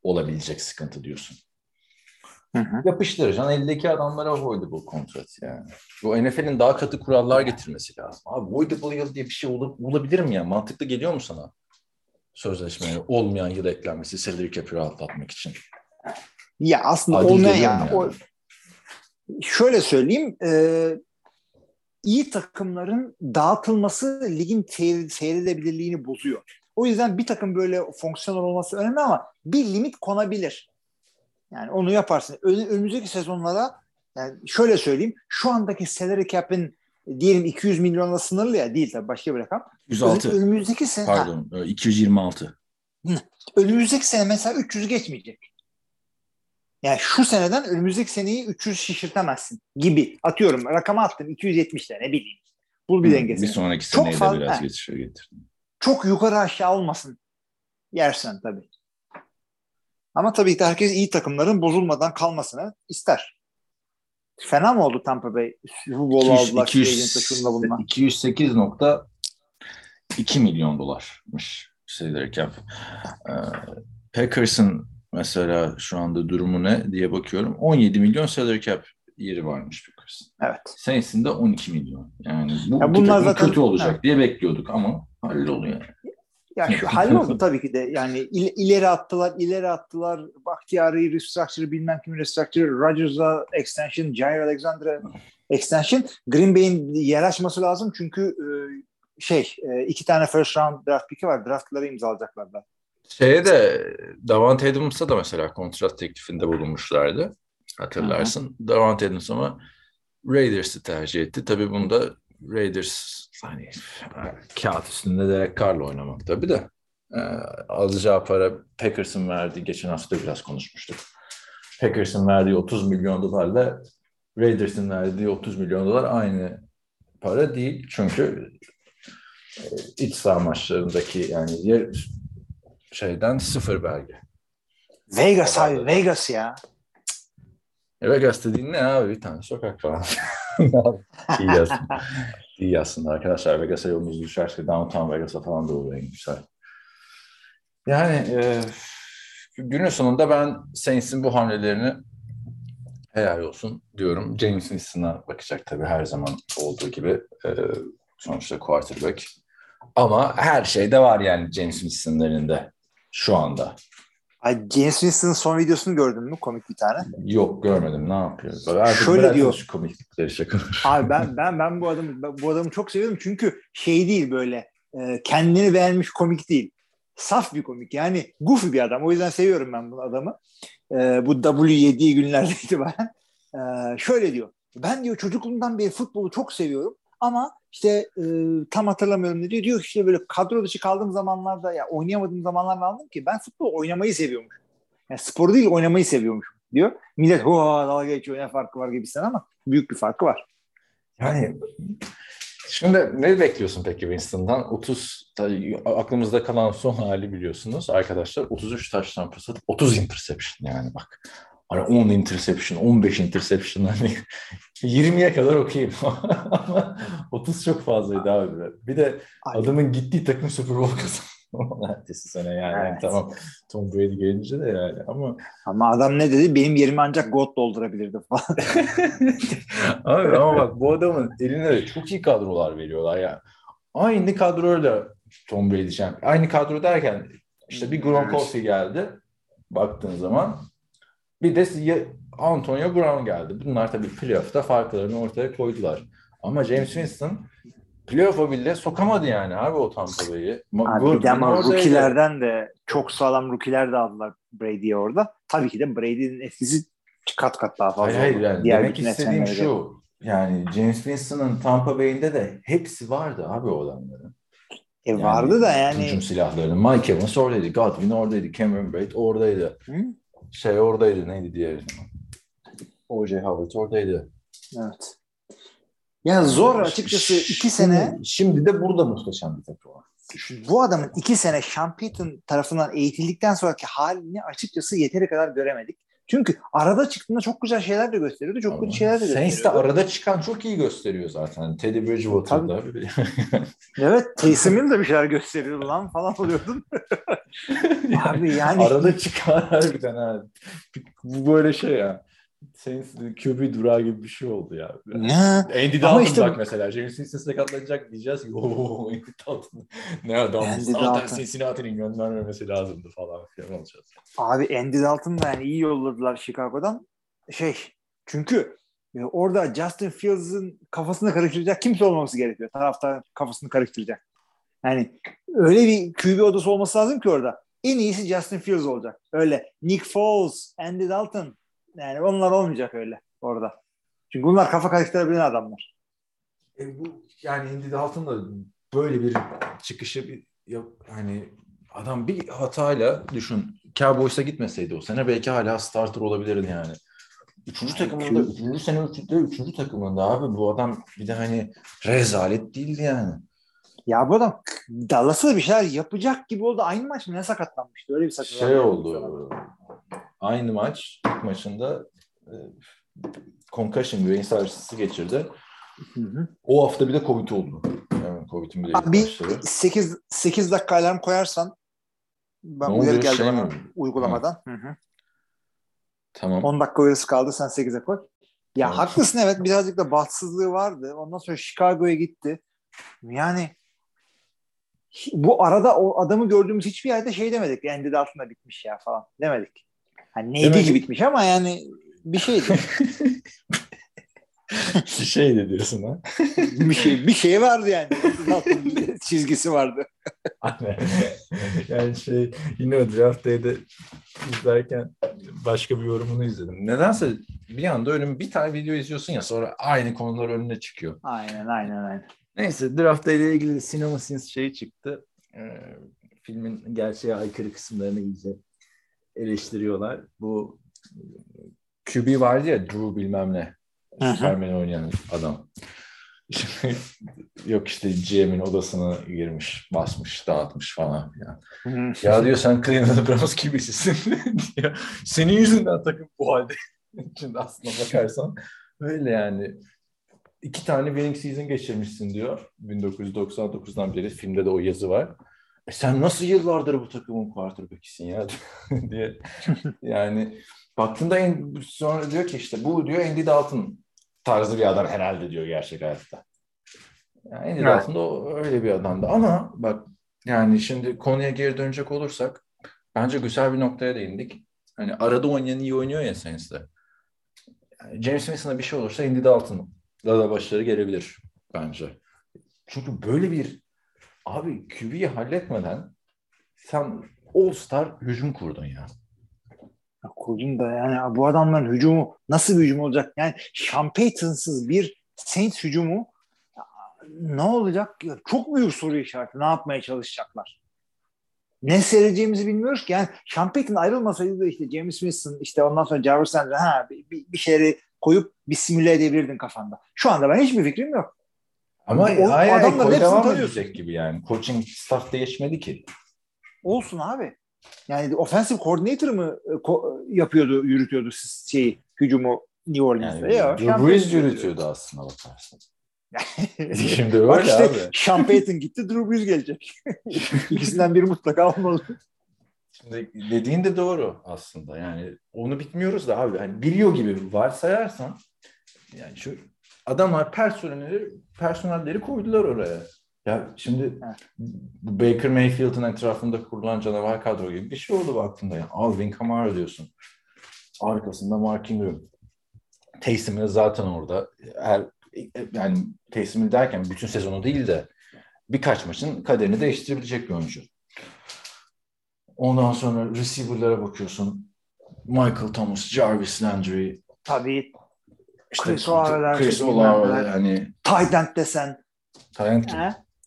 olabilecek sıkıntı diyorsun. Hı hı. Yapıştıracaksın. Eldeki adamlara avoidable kontrat yani. Bu NFL'in daha katı kurallar getirmesi lazım. Abi avoidable yıl diye bir şey olabilir mi ya? Mantıklı geliyor mu sana? Sözleşmeye olmayan yıl eklenmesi salary cap'i rahatlatmak için. Ya aslında Adil olmayan geliyor mu ya. yani? Şöyle söyleyeyim. İyi takımların dağıtılması ligin seyredebilirliğini bozuyor. O yüzden bir takım böyle fonksiyonel olması önemli ama bir limit konabilir. Yani onu yaparsın. Önümüzdeki sezonlara yani şöyle söyleyeyim. Şu andaki salary cap'in diyelim 200 milyonla sınırlı ya değil tabii başka bir rakam. 106. Önümüzdeki sene Pardon 226. önümüzdeki sene mesela 300'ü geçmeyecek. Yani şu seneden önümüzdeki seneyi 300 şişirtemezsin gibi. Atıyorum rakama attım 270 ne bileyim. Bul bir dengesini. Bir sonraki çok seneyi fazla, de biraz getirdim. Çok yukarı aşağı olmasın. Yersen tabii. Ama tabii ki herkes iyi takımların bozulmadan kalmasını ister. Fena mı oldu Tampa Bay? Super Bowl aldılar. 208.2 milyon dolarmış salary cap. Packers'ın mesela şu anda durumu ne diye bakıyorum. 17 milyon salary cap yeri varmış Packers'ın. Evet. Senesinde 12 milyon. Yani bu ya bunlar zaten kötü olacak diye bekliyorduk ama halloluyor. Ya şu halloldu tabii ki de. Yani ileri attılar. Bakhtiari'yi restructure, bilmem kimi restructure, Rodgers'a extension, Jair Alexander'a extension. Green Bay'in yer açması lazım çünkü 2 tane first round draft pick'i var. Draftları imzalayacaklar da. Davante Adams'a da mesela kontrat teklifinde bulunmuşlardı. Hatırlarsın. Davante Adams ama Raiders'ı tercih etti. Tabii bunda Raiders hani kağıt üstünde Derek Carr'la oynamak tabii de alacağı para Packers'ın verdiği geçen hafta biraz konuşmuştuk. Packers'ın verdiği 30 milyon dolarla Raiders'ın verdiği 30 milyon dolar aynı para değil. Çünkü iç saha maçlarındaki yani şeyden sıfır belge. Vegas abi Vegas ya. Vegas dediğin ne abi? Bir tane sokak falan. İyi yazsın arkadaşlar. Vegas'a yolunuz düşerse Downtown Vegas'a falan da uğrayın. Güzel. Yani günün sonunda ben Saints'in bu hamlelerini helal olsun diyorum. James Winston'a bakacak tabii her zaman olduğu gibi. Sonuçta quarterback. Ama her şey de var yani James Winston'ın elinde şu anda. Ay, James Winston'ın son videosunu gördün mü? Komik bir tane. Yok görmedim. Ne yapıyor? Şöyle diyor. Şu komiklikleri şaka. Abi ben bu adamı çok seviyorum çünkü değil böyle kendini beğenmiş komik değil. Saf bir komik. Yani goofy bir adam. O yüzden seviyorum ben bu adamı. Bu W yediği günlerde itibaren. Şöyle diyor. Ben diyor çocukluğumdan beri futbolu çok seviyorum ama işte tam hatırlamıyorum ne diyor. Diyor ki işte böyle kadro dışı kaldığım zamanlarda ya oynayamadığım zamanlarda aldım ki ben futbol oynamayı seviyormuş. Yani sporu değil oynamayı seviyormuş diyor. Millet dalga geçiyor ne farkı var gibisinden ama büyük bir farkı var. Yani şimdi ne bekliyorsun peki Winston'dan? Aklımızda kalan son hali biliyorsunuz arkadaşlar. 33 touchdown pasat, 30 interception yani bak. Hani 10 interception, 15 interception hani 20'ye kadar okuyayım. Ama 30 çok fazlaydı abi. Bir de adamın gittiği takım Super Bowl kazandı. Ertesi sene yani. Evet. Tamam Tom Brady gelince de yani ama adam ne dedi? Benim yerimi ancak God doldurabilirdi falan. Abi ama bak bu adamın eline de çok iyi kadrolar veriyorlar ya. Aynı kadroyla Tom Brady aynı kadro derken işte bir Gronkowski geldi baktığın zaman bir de Antonio Brown geldi. Bunlar tabii playoff'ta farklarını ortaya koydular. Ama James Winston playoff'a bile sokamadı yani abi o Tampa Bay'i. Bir de ama rookie'lerden de çok sağlam rookie'ler de aldılar Brady'ye orada. Tabii ki de Brady'nin etkisi kat daha fazla. Hayır yani demek istediğim şu. Yani James Winston'ın Tampa Bay'inde de hepsi vardı abi o adamların. Yani, vardı da yani. Hücum silahlarının. Mike Evans oradaydı. Godwin oradaydı. Cameron Braid oradaydı. Oradaydı. Neydi diğeri? O.J. Howard oradaydı. Evet. Ya zor açıkçası 2 sene. Şimdi de burada muhteşem bir takım var. Bu adamın 2 sene Sean Payton tarafından eğitildikten sonraki halini açıkçası yeteri kadar göremedik. Çünkü arada çıktığında çok güzel şeyler de gösteriyordu. Çok kötü şeyler de gösteriyordu. Saints de arada çıkan çok iyi gösteriyor zaten. Teddy Bridgewater'da. Evet, Taysom de bir şeyler gösteriyordu lan falan oluyordun. Abi yani. Arada çıkan harbiden ha. Bu böyle şey ya. Saints QB durağı gibi bir şey oldu ya. Ya. Andy Dalton işte, bak mesela. James Winston sakatlanacak diyeceğiz ki ooo Andy Dalton. Ne adam biz zaten Cincinnati'nin göndermemesi lazımdı falan filan olacağız. Abi Andy Dalton'la yani iyi yolladılar Chicago'dan. Çünkü orada Justin Fields'ın kafasını karıştıracak kimse olmaması gerekiyor. Taraftar kafasını karıştıracak. Yani öyle bir QB odası olması lazım ki orada. En iyisi Justin Fields olacak. Öyle Nick Foles, Andy Dalton. Yani onlar olmayacak öyle orada. Çünkü bunlar kafa karıştırabilen adamlar. Yani Andy Dalton da böyle bir çıkışı yani adam bir hatayla düşün. Cowboys'a gitmeseydi o sene belki hala starter olabilirdi yani. Üçüncü takımında abi bu adam bir de hani rezalet değildi yani. Ya bu adam Dallas'a bir şeyler yapacak gibi oldu. Aynı maç mı ne sakatlanmıştı? Öyle bir sakatlanmıştı. Oldu. Aynı maç ilk maçında concussion beyin sarsıntısı geçirdi. Hı. O hafta bir de Covid oldu. Yani Covid'in bile başladı. 8 dakika alarm koyarsan ben uyarı geldi bana uygulamadan. Hı. Tamam. 10 dakika uyarısı kaldı sen 8'e koy. Ya tamam. Haklısın evet birazcık da bahtsızlığı vardı. Ondan sonra Chicago'ya gitti. Yani bu arada o adamı gördüğümüz hiçbir yerde demedik. Andy Dalton'da bitmiş ya falan demedik. Hani neydi ki bitmiş ama yani bir şeydi. Bir şeydi diyorsun ha. bir şey vardı yani. Çizgisi vardı. Yani yine o Draft Day'de izlerken başka bir yorumunu izledim. Nedense bir anda önüme bir tane video izliyorsun ya sonra aynı konular önüne çıkıyor. Aynen. Neyse Draft Day ile ilgili Cinema Sins çıktı. Filmin gerçeğe aykırı kısımlarını iyice eleştiriyorlar. Bu QB vardı ya Drew bilmem ne. Superman oynayan adam. Yok işte GM'in odasına girmiş, basmış, dağıtmış falan. Ya diyor sen Cleveland Browns QB'sisin diyor. Senin yüzünden takım bu halde. Şimdi aslına bakarsan öyle yani. 2 tane winning season geçirmişsin diyor. 1999'dan beri filmde de o yazı var. Sen nasıl yıllardır bu takımın quarterback'isin ya diye. Yani baktığında sonra diyor ki işte bu diyor Andy Dalton tarzı bir adam herhalde diyor gerçek hayatta. Yani Andy Dalton da öyle bir adamdı. Ama bak yani şimdi konuya geri dönecek olursak bence güzel bir noktaya değindik. Hani arada oynayan iyi oynuyor ya Saints'te. Yani James Winston'a bir şey olursa Andy Dalton'la da başarı gelebilir bence. Çünkü böyle bir abi QB'yi halletmeden sen All-Star hücum kurdun ya. Kurdun da yani bu adamların hücumu nasıl bir hücum olacak? Yani Sean Payton'sız bir Saints hücumu ne olacak? Çok büyük soru işareti. Ne yapmaya çalışacaklar? Ne seyredeceğimizi bilmiyoruz ki. Yani Sean Payton ayrılmasaydı da işte James Winston işte ondan sonra Jarvis Landry bir şeyleri koyup bir simüle edebilirdin kafanda. Şu anda ben hiçbir fikrim yok. Ama adamların devam edecek gibi yani. Coaching staff değişmedi ki. Olsun abi. Yani offensive coordinator mı yürütüyordu hücumu New Orleans'ta? Yani, Drew Brees yürütüyordu aslında bakarsın. Şimdi öyle bak işte, abi. Sean Payton gitti, Drew Brees gelecek. İkisinden biri mutlaka olmalı. Şimdi dediğin de doğru aslında. Yani onu bitmiyoruz da abi. Hani biliyor gibi varsayarsan yani şu adamlar personelleri koydular oraya. Ya şimdi Baker Mayfield'ın etrafında kurulan canavar kadro gibi bir şey oldu baktığında. Yani Alvin Kamara diyorsun. Arkasında Mark Ingram. Taysom zaten orada. Yani Taysom derken bütün sezonu değil de birkaç maçın kaderini değiştirebilecek bir oyuncu. Ondan sonra receiver'lara bakıyorsun. Michael Thomas, Jarvis Landry. Tabii. İşte Chris Olave hani. Tight end desen. Tight end kim?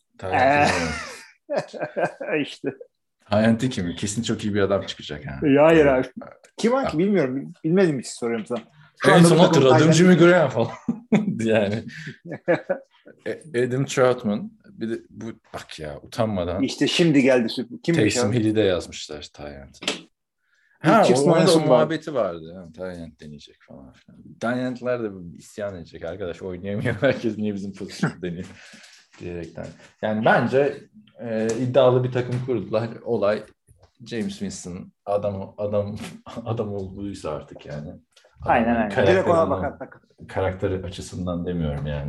İşte. Tight end kim? Kesin çok iyi bir adam çıkacak yani. Hayır abi. Kim var ki bilmiyorum. Bilmediğim için soruyorum sana. En son hatırladığım Jimmy Graham falan. Yani. Adam Troutman. Bir de bu bak ya utanmadan. İşte şimdi geldi. Taysom Hill'i de yazmışlar Tight end. Chiefs Orada oynasın o bari. muhabbeti vardı. Yani, Tyrant deneyecek falan filan. Tyrant'ler de isyan edecek. Arkadaş oynayamıyor. Herkes niye bizim pozisyonu deniyor diyerekten. Yani bence iddialı bir takım kurdular. Olay James Winston adam olduysa artık yani. Aynen. Direkt ona bakar takım. Karakteri açısından demiyorum yani.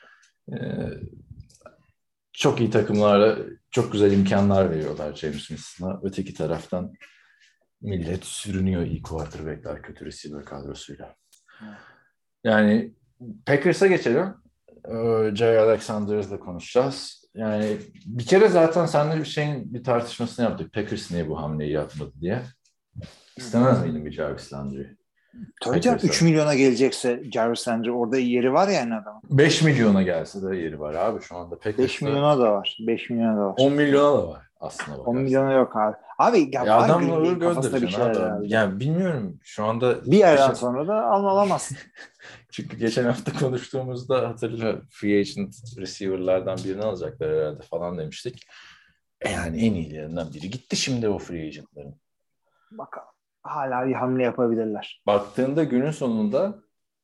Çok iyi takımlara çok güzel imkanlar veriyorlar James Winston'a. Öteki taraftan millet sürünüyor iyi quarterback'ler kötü receiver kadrosuyla. Yani Packers'a geçelim. Jay Alexander'la konuşacağız. Yani bir kere zaten seninle bir tartışmasını yaptık. Packers niye bu hamleyi yapmadı diye. İstemez miydin bir Jarvis Landry? Tabii canım 3 milyona gelecekse Jarvis Landry orada yeri var yani adamın. 5 milyona gelse de yeri var abi şu anda Packers'ta. 5 milyona da var. 5 milyona da var. 10 milyona da var aslında bakarsan. 10 milyona yok abi. Abi ya adamla göndereceksin abi. Yani bilmiyorum şu anda. Bir yerden sonra da alamazsın. Çünkü geçen hafta konuştuğumuzda hatırla free agent receiver'lardan birini alacaklar herhalde falan demiştik. Yani en iyilerinden biri gitti şimdi o free agent'ların. Bakalım. Hala bir hamle yapabilirler. Baktığında günün sonunda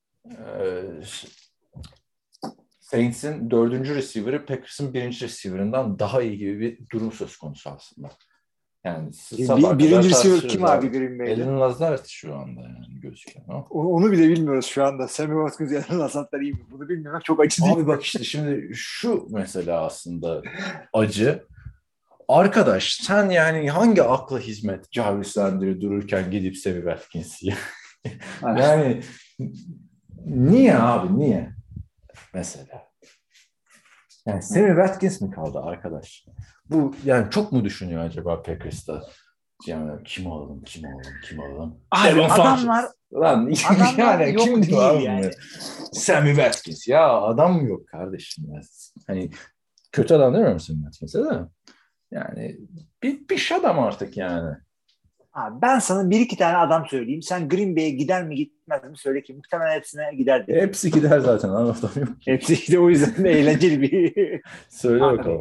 Saints'in 4. receiver'ı Packers'ın 1. receiver'ından daha iyi gibi bir durum söz konusu aslında. Yani birinci receiver kim abi Green Bay'de? Elin Lazard şu anda yani gözüken. Onu bile bilmiyoruz şu anda. Sammy Watkins Elin Lazard'lar iyi mi? Bunu bilmiyorum. Çok acı değil. Abi bak işte şimdi şu mesela aslında acı. Arkadaş sen yani hangi akla hizmet Jarvis Landry dururken gidip Sammy Watkins'i yani niye abi niye mesela yani Sammy Watkins mi kaldı arkadaş bu yani çok mu düşünüyor acaba Packers'ta yani kim alalım abi adamlar lan yani kim diyor yani Sammy Watkins ya adam mı yok kardeşim ya. Hani kötü adam demiyor musun Watkins'e de yani bir adam artık yani. Abi ben sana bir iki tane adam söyleyeyim. Sen Green Bay'e gider mi gitmez mi söyle ki muhtemelen hepsine gider diye. Hepsi gider zaten. Adam yok. Hepsi gider o yüzden de eğlenceli bir. Söyle abi, bakalım.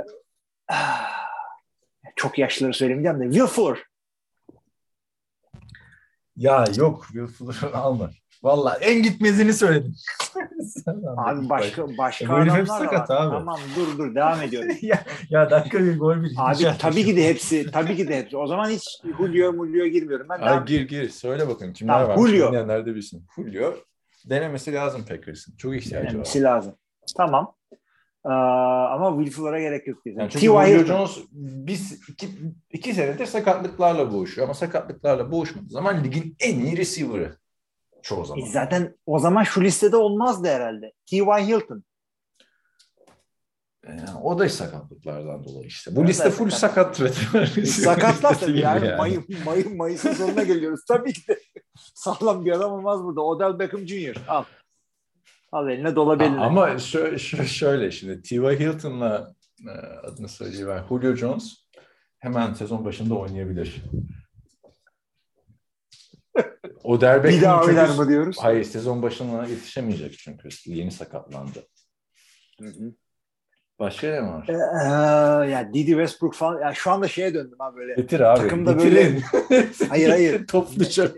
Çok yaşlıları söylemeyeceğim de Will Fuller. Ya yok Will Fuller'ı alma. Vallahi en gitmezini söyledim. Abi başka böyle adamlar var. Abi. Tamam dur devam ediyorum. ya dakika bir gol bir. Abi tabii ki de hepsi. O zaman hiç Julio girmiyorum. Ben gir. Söyle bakın kimler var? Julio. Nerede bilsin. Julio denemesi lazım Packers'ın. Çok ihtiyacı var. Denemesi lazım. Tamam. Ama Will Fuller'a gerek yok diye. Yani çünkü Julio Jones biz iki senedir sakatlıklarla boğuşuyor. Ama sakatlıklarla boğuşmadığı zaman ligin en iyi receiver'ı. Çoğu zaman. Zaten o zaman şu listede olmazdı herhalde. T.Y. Hilton. Yani o da sakatlıklardan dolayı işte. Bu liste full sakat. Sakatlar tabii yani. Mayıs'ın sonuna geliyoruz. Tabii ki de sağlam bir adam olmaz burada. Odell Beckham Jr. Al eline dola beline. Ama şöyle şimdi T.Y. Hilton'la adını söyleyeyim Julio Jones hemen sezon başında oynayabilir. O derbe bir daha oynar mı diyoruz? Hayır sezon başına yetişemeyecek çünkü yeni sakatlandı. Hı. Başka ne var? Ya Didi Westbrook falan. Ya şu anda şeye döndüm ha böyle. Getir abi. Takımda böyle. hayır. Toplu çöp.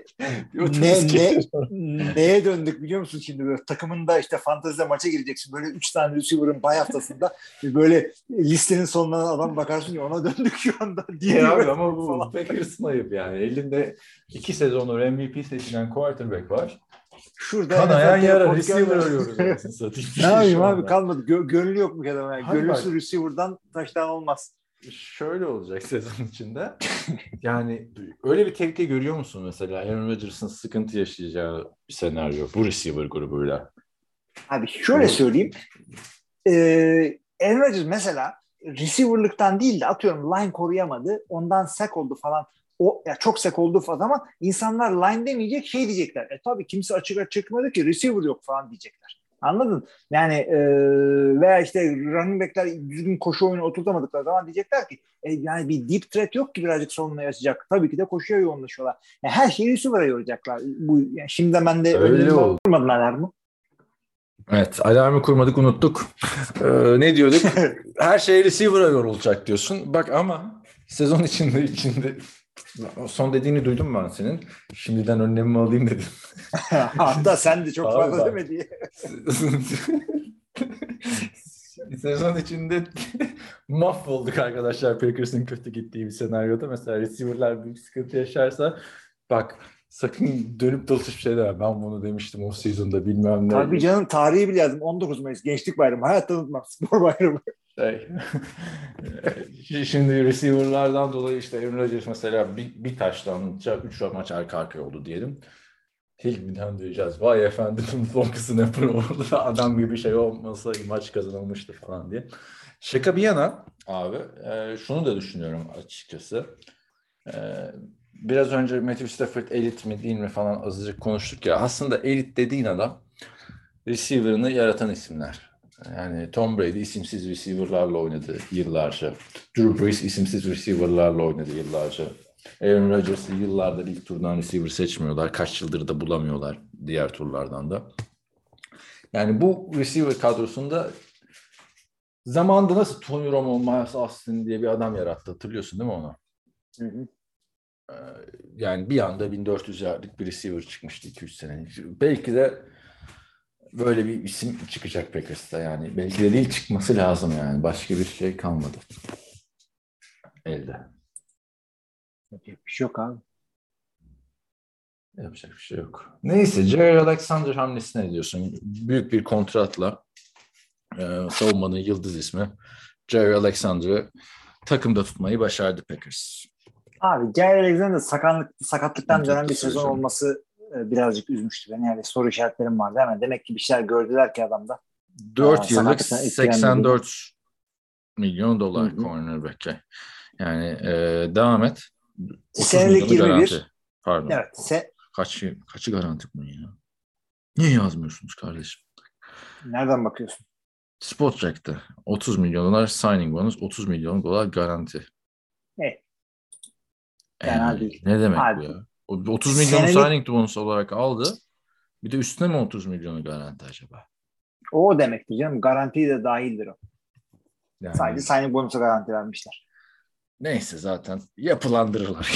Neye döndük biliyor musun şimdi böyle takımında işte fantezide maça gireceksin böyle 3 tane receiver'ın bay haftasında böyle listenin sonuna adam bakarsın ya ona döndük şu anda. Diye abi ama bu Packers'ın ayıp yani. Elinde 2 sezondur MVP seçilen quarterback var. Şurada kanayan yara receiver arıyoruz. Ne yapayım abi kalmadı. Gönlü yok mu kadar yani. Gönlüsü receiver'dan taştan olmaz. Şöyle olacak sezon içinde. Yani öyle bir tehlike görüyor musun mesela? Aaron Rodgers'ın sıkıntı yaşayacağı bir senaryo bu receiver grubuyla. Abi şöyle söyleyeyim. Aaron Rodgers mesela receiver'lıktan değil de atıyorum line koruyamadı. Ondan sack oldu falan. O ya çok sack oldu falan ama insanlar line demeyecek şey diyecekler. Tabii kimse açık çıkmadı ki receiver yok falan diyecekler. Anladın? Yani veya işte running back'ler düzgün koşu oyunu oturtamadıkları zaman diyecekler ki yani bir deep threat yok ki birazcık savunmaya açacak. Tabii ki de koşuya yoğunlaşıyorlar. Yani her şeyi receiver'a yoracaklar. Bu yani şimdiden ben de öyle oldu. Kurmadılar mı? Evet, alarmı kurmadık, unuttuk. Ne diyorduk? Her şey receiver'a yorulacak diyorsun. Bak ama sezon içinde Son dediğini duydum ben senin. Şimdiden önlemimi alayım dedim. Hatta sen de çok Abi fazla bak. deme diye. Sezon içinde mahvolduk arkadaşlar. Packers'ın kötü gittiği bir senaryoda. Mesela receiver'lar büyük sıkıntı yaşarsa bak sakın dönüp dolaşıp şey deme. Ben bunu demiştim o sezonda bilmem ne. Tabii canım, tarihi bile yazdım. 19 Mayıs Gençlik Bayramı. Hayatta unutmam. Spor bayramı. Şimdi receiver'lardan dolayı işte Aaron Rodgers mesela bir taşlanınca 3 maç arka arkaya oldu diyelim. Hilmi'den duyacağız. Vay efendim long snapper oldu. Adam gibi şey olmasa maç kazanılmıştı falan diye. Şaka bir yana abi şunu da düşünüyorum açıkçası. Biraz önce Matthew Stafford elit mi değil mi falan azıcık konuştuk ya. Aslında elit dediğin adam receiver'ını yaratan isimler. Yani Tom Brady isimsiz receiver'larla oynadı yıllarca. Drew Brees isimsiz receiver'larla oynadı yıllarca. Aaron Rodgers'ı yıllardır ilk turdan receiver seçmiyorlar. Kaç yıldır da bulamıyorlar diğer turlardan da. Yani bu receiver kadrosunda zamanında nasıl Tony Romo, Miles Austin diye bir adam yarattı. Hatırlıyorsun değil mi onu? Hı hı. Yani bir anda 1400 yardlık bir receiver çıkmıştı 2-3 sene. Belki de böyle bir isim çıkacak Packers'ta yani. Belki de değil çıkması lazım yani. Başka bir şey kalmadı elde. Yapacak bir şey yok abi. Yapacak bir şey yok. Neyse Jair Alexander hamlesine ne diyorsun? Büyük bir kontratla savunmanın yıldız ismi Jair Alexander'ı takımda tutmayı başardı Packers. Abi Jair Alexander sakatlıktan dönen bir Sıkıntılı sezon süreci. olması birazcık üzmüştü beni. Yani soru işaretlerim vardı hemen. Demek ki bir şeyler gördüler ki adamda. 4 yıllık Sakatlıktan etkilenmedi. 84 milyon Hı dolar hı. cornerback'e. Yani devam et. 30 Senelik milyonu 21. garanti. Pardon. Evet. Kaçı garanti bunun ya? Niye yazmıyorsunuz kardeşim? Nereden bakıyorsun? Spotrack'te 30 milyon dolar signing bonus, 30 milyon dolar garanti. Evet. Fena değil. Ne demek Abi, bu ya? O 30 milyonu senelik signing bonus olarak aldı. Bir de üstüne mi 30 milyonu garanti acaba? o demektir canım. Garanti de dahildir o. Yani, Sadece signing bonusu garanti vermişler. neyse zaten yapılandırırlar.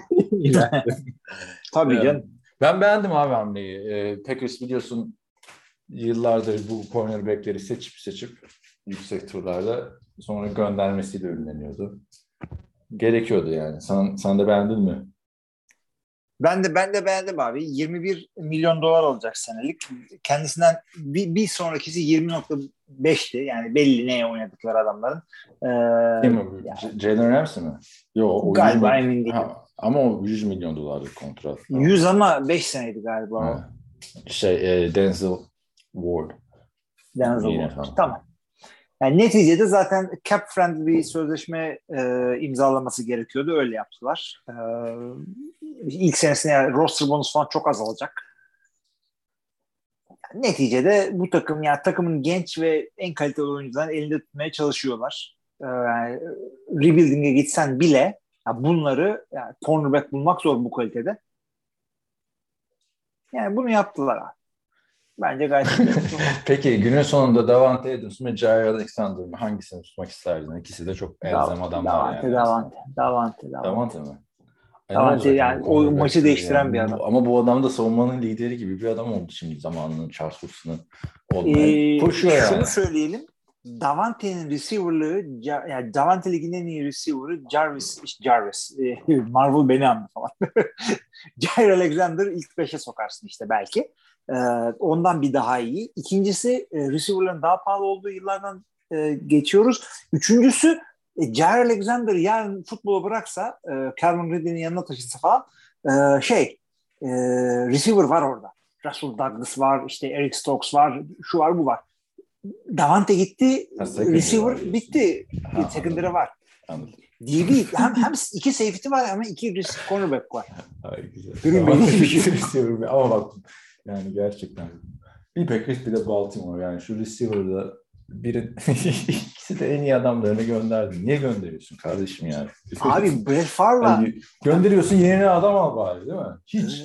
Tabii canım. Ben beğendim abi hamleyi. Packers biliyorsun yıllardır bu cornerback'leri seçip yüksek turlarda sonra göndermesiyle ünleniyordu. Gerekiyordu yani. Sen de beğendin mi? Ben de beğendim abi. 21 milyon dolar olacak senelik. Kendisinden bir sonrakisi 20.5'ti. Yani belli neye oynadıkları adamların. Değil mi? Jalen Ramsey mi? Yok o 100 Galiba milyon. emin değilim. Ama o 100 milyon dolarlık kontrat. 100 ama 5 seneydi galiba o. Ha. Denzel Ward. Denzel Yine Ward. falan. Tamam. Yani neticede zaten cap friendly bir sözleşme imzalaması gerekiyordu. Öyle yaptılar. İlk senesinde yani roster bonus falan çok azalacak. Yani neticede bu takım yani takımın genç ve en kaliteli oyuncularını elinde tutmaya çalışıyorlar. Yani rebuilding'e gitsen bile ya bunları yani cornerback bulmak zor bu kalitede. Yani bunu yaptılar abi. Bence gayet Peki günün sonunda Davante Adams mı Jair Alexander mı? Hangisini tutmak isterdin? İkisi de çok elzem adamlar yani. Davante. Davante mi? Davante olacak yani bu o cornerback maçı değiştiren yani? bir adam. Ama bu adam da savunmanın lideri gibi bir adam oldu şimdi zamanının Charles Woods'unu olmaya koşuyor yani. Şunu söyleyelim. Davante'nin receiver'lığı yani Davante liginin en iyi receiver'ı Jarvis. Marvel beni andı falan. Jair Alexander ilk 5'e sokarsın işte belki. Ondan bir daha iyi. İkincisi receiver'ların daha pahalı olduğu yıllardan geçiyoruz. Üçüncüsü Jair Alexander yarın futbolu bıraksa Calvin Ridley'nin yanına taşınsa falan receiver var orada. Russell Douglas var, işte Eric Stokes var, şu var bu var. Davante gitti, receiver bitti. Secondary var. Anladım. DB hem iki safety var ama iki cornerback var. Ay güzel. Ama bak yani gerçekten bir Packers bir de Baltimore yani şu receiver'da ikisi de en iyi adamlarını gönderdi. Niye gönderiyorsun kardeşim yani? Abi Brett Favre'la gönderiyorsun yerine adam al bari değil mi? Hiç.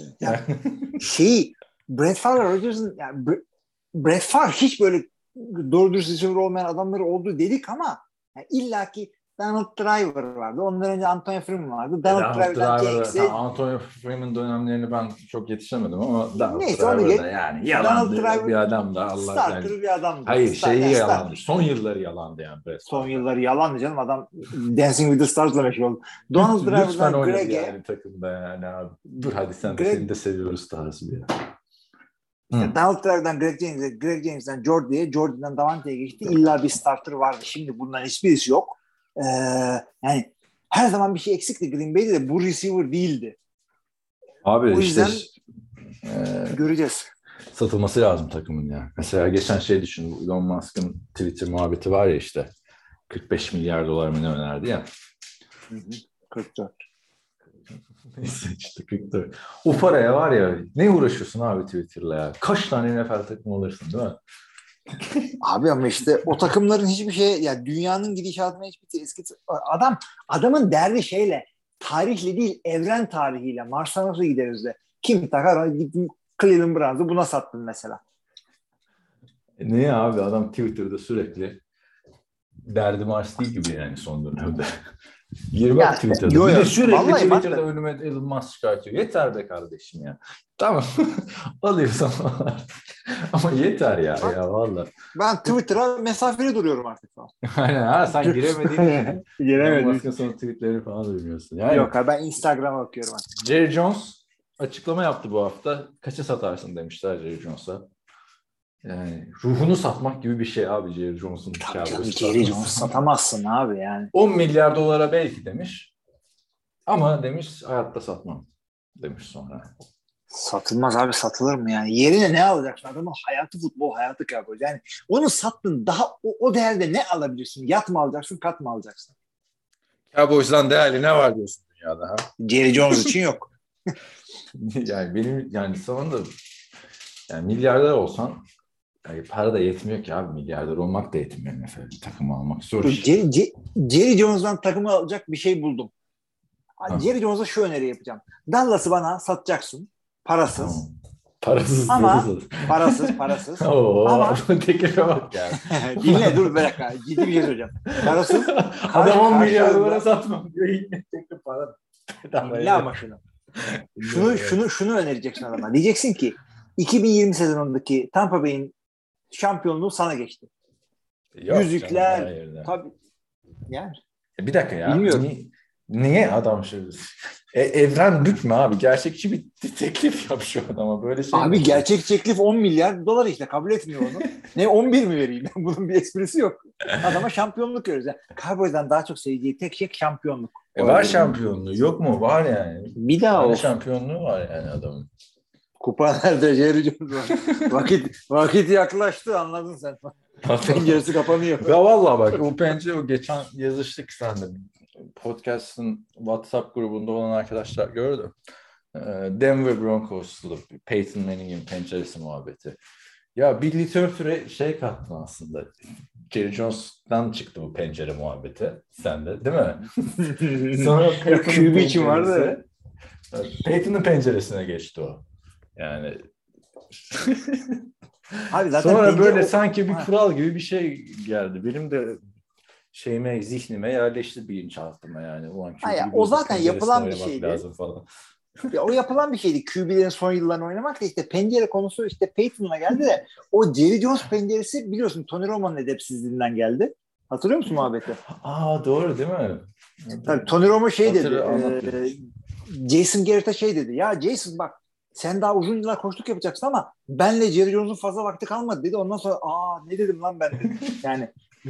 Brett Favre Rodgers'ın yani Brett Favre hiç böyle doğru dürüst receiver olmayan adamları oldu dedik ama yani illaki Donald Driver vardı. Ondan önce Antonio Freeman vardı. Donald Driver'dan Jacks'e... Antonio Freeman dönemlerini ben çok yetişemedim ama Donald Neyse, onu Driver da yani yalandı bir adam da. Allah starter yani. bir adamdı. Hayır yalandı. Son yılları yalandı yani. Son yılları yalandı canım. Adam Dancing with the Stars'la meşhur oldu. Donald Driver'dan Greg'e... yani takımda yani abi. Dur hadi seni de seviyoruz tarzı bir. Donald Driver'dan Greg James'den Jordy'den Davante'ye geçti. İlla bir starter vardı. Şimdi bunların hiçbirisi yok. Yani her zaman bir şey eksikti Green Bay'de de bu receiver değildi. Abi o yüzden göreceğiz. Satılması lazım takımın ya. Mesela geçen düşün. Elon Musk'ın Twitter muhabbeti var ya işte. 45 milyar dolar mı ne önerdi ya. 44. Neyse işte 44. O paraya var ya ne uğraşıyorsun abi Twitter'la ya. Kaç tane NFL takımı alırsın değil mi? Abi ama işte o takımların hiçbir şey yani dünyanın gidişatına hiçbir eski adamın derdi tarihle değil evren tarihiyle Mars'a nasıl gideriz de kim takar gittim Cleveland Browns'u buna sattın mesela. Niye abi adam Twitter'da sürekli derdi Mars değil gibi yani son dönemde. Gir bak Twitter'da. Bir de sürekli Twitter'da önüme Elon Musk çıkartıyor. Yeter be kardeşim ya. Tamam. Alıyorsam ama yeter ya valla. Ben Twitter'a mesafeli duruyorum artık falan. Aynen sen giremediğin Giremedim. Başka son tweetleri falan duymuyorsun. Yani, yok abi ben Instagram'a bakıyorum artık. Jerry Jones açıklama yaptı bu hafta. Kaça satarsın demişler Jerry Jones'a. Yani ruhunu satmak gibi bir şey abi Jerry Jones'un. Jerry Jones satamazsın abi yani. 10 milyar dolara belki demiş. Ama demiş hayatta satmam demiş sonra. Satılmaz abi satılır mı yani? Yerine ne alacaksın? Adamın hayatı futbol, hayatı Cowboys. Yani onu sattın daha o değerde ne alabilirsin? Yat mı alacaksın, kat mı alacaksın? Cowboys'dan değerli ne var diyorsun dünyada ha? Jerry Jones için yok. Yani benim sana da yani milyarder olsan yani para da yetmiyor ki abi milyarder olmak da yetmiyor mesela takımı almak zor. Jerry Jones'dan takımı alacak bir şey buldum. Jerry Jones'a şu öneri yapacağım. Dallas'ı bana satacaksın. Parasız. Parasız. Ama parasız. Oo, ama teklife bak yani. Dinle dur bir dakika. Ciddi bir şey söyleyeceğim. Parasız. Adam 10 milyar dolara satmam diyor. Yine teklif para. Ne ama şunu önereceksin adama. Diyeceksin ki 2020 sezonundaki Tampa Bay'in şampiyonluğu sana geçti. Yok, yüzükler. Tabii. Yani. Bir dakika ya. Bilmiyorum. Niye adam şöyle? Evren bükme abi. Gerçekçi bir teklif yap şu adama. Böyle şey. Abi gerçek teklif 10 milyar dolar işte. Kabul etmiyor onu. Ne 11 mi vereyim? Bunun bir esprisi yok. Adama şampiyonluk görüyoruz. Yani Cowboys'dan daha çok sevdiği tek şey şampiyonluk. Var şampiyonluğu. Yok mu? Var yani. Bir daha o. Şampiyonluğu var yani adamın. Kupa nerede? Jerry Jones var. Vakit yaklaştı anladın sen. Penceresi kapanıyor. Ya vallahi bak o geçen yazıştık seninle. Podcast'ın WhatsApp grubunda olan arkadaşlar gördü. Denver Broncos'lu Peyton Manning'in penceresi muhabbeti. Ya bir literatüre kattın aslında. Jerry Jones'tan çıktı bu pencere muhabbeti. Sen de değil mi? Sonra QB için vardı. Peyton'ın penceresine geçti o. Yani abi zaten sonra böyle sanki bir kural gibi bir şey geldi. Benim de zihnime yerleşti bilinçaltıma yani. O zaten yapılan bir şeydi. Falan. Ya, o yapılan bir şeydi. QB'lerin son yıllarını oynamak da işte pencere konusu işte Peyton'la geldi de o Jerry Jones penceresi biliyorsun Tony Romo'nun edepsizliğinden geldi. Hatırlıyor musun muhabbeti? Doğru değil mi? Tabii Tony Romo dedi. Jason Garrett'a dedi. Ya Jason bak sen daha uzun yıllar koçluk yapacaksın ama benle Jerry Jones'un fazla vakti kalmadı dedi. Ondan sonra ne dedim lan ben dedim. Yani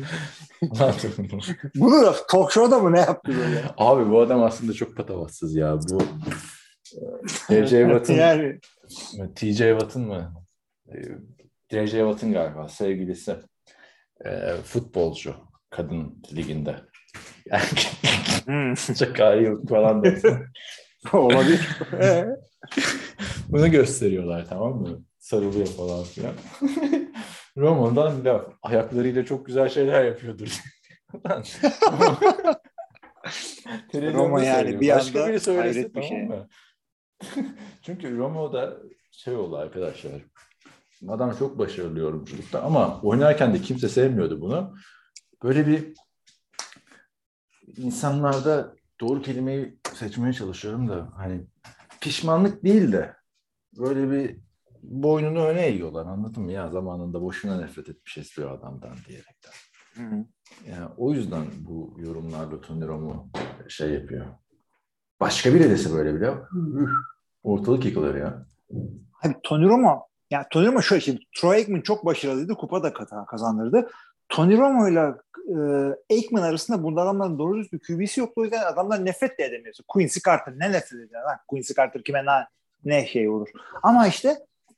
bunu talk show'da mı ne yaptı böyle? Abi bu adam aslında çok patavatsız ya. Bu T.J. Watt'ın yani. T.J. Watt'ın mı? T.J. Watt'ın galiba sevgilisi futbolcu kadın liginde. Yani çok iyi falan da. Olabilir. Bunu gösteriyorlar tamam mı? Sarılıyor falan filan. Romo'dan laf. Ayaklarıyla çok güzel şeyler yapıyordur. Romo yani bir başka anda biri söylese tamam şey. Mı? Çünkü Romo'da oldu arkadaşlar. Adam çok başarılı yorumculukta ama oynarken de kimse sevmiyordu bunu. Böyle bir insanlarda doğru kelimeyi seçmeye çalışıyorum da hani pişmanlık değil de böyle bir boynunu öne eğiyorlar, anladın mı ya, zamanında boşuna nefret etmişiz bir adamdan diyerekten. Hı. Yani o yüzden bu yorumlarla Tony Romo şey yapıyor. Başka biri dese böyle bile ortalık yıkılır ya. Abi Tony Romo şöyle şimdi Troy Aikman çok başarılıydı. Kupa da kazandırdı. Tony Romo ile Aikman arasında bu adamların doğru düzgün QB'si yoktu. O yüzden adamlar nefret de edemiyorsun. Quincy Carter ne nefret ediyor lan? Quincy Carter kime ne şey olur. Ama işte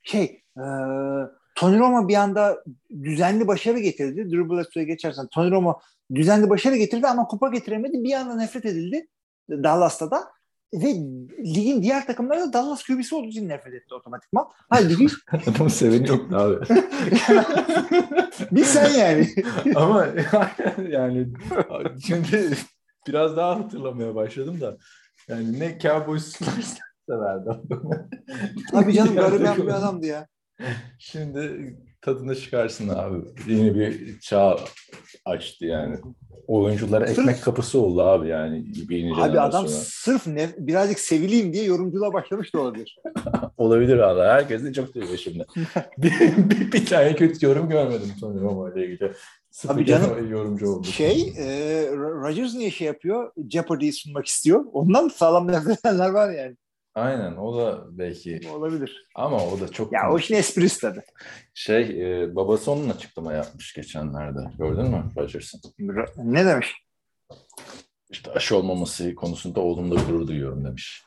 Tony Romo bir anda düzenli başarı getirdi. Drew Bledsoe'ya geçersen Tony Romo düzenli başarı getirdi ama kupa getiremedi. Bir anda nefret edildi Dallas'ta da. Ve ligin diğer takımları da Dallas QB'si olduğu için nefret etti otomatikman. Halbuki Adamın seveni yoktu abi. bir sen yani. Ama yani şimdi biraz daha hatırlamaya başladım da yani ne Cowboys'lar severdi adamı. Tabii canım gariban bir adamdı ya. Şimdi tadını çıkarsın abi. Yeni bir çağ açtı yani. Oyunculara ekmek kapısı oldu abi yani. Abi adam sırf birazcık sevileyim diye yorumculuğa başlamış da olabilir. Olabilir valla. Herkes de çok seviyor şimdi. bir tane kötü yorum görmedim Tony Romo ile ilgili. Abi canım yorumcu oldu. Rodgers niye şey yapıyor? Jeopardy'yi sunmak istiyor. Ondan sağlam nefret edenler var yani. Aynen, o da belki olabilir. Ama o da çok ya o işin esprisi tabii. Babası onun açıklama yapmış geçenlerde. Gördün mü Rodgers'ın? Ne demiş? İşte aşı olmaması konusunda oğlumla gurur duyuyorum demiş.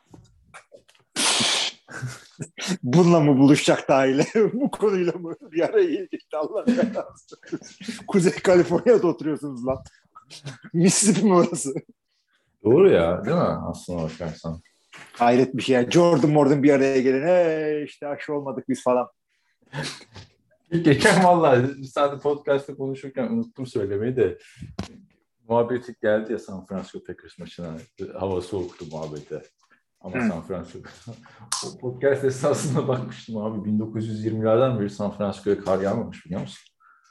Bununla mı buluşacak aile? Bu konuyla mı bir araya gelecekti Allah belası. Kuzey Kaliforniya'da oturuyorsunuz lan. Mississippi mi orası? Doğru ya, değil mi? Aslına bakarsan. Hayret bir şey ya. Jordan bir araya gelin. İşte aşı olmadık biz falan. Geçen vallahi sadece podcast'ta konuşurken unuttum söylemeyi de muhabbeti geldi ya San Francisco Packers maçına. Hava soğuktu muhabbete. Ama San Francisco. O podcast esnasında bakmıştım abi. 1920'lerden beri San Francisco'ya kar yağmamış, biliyor musun?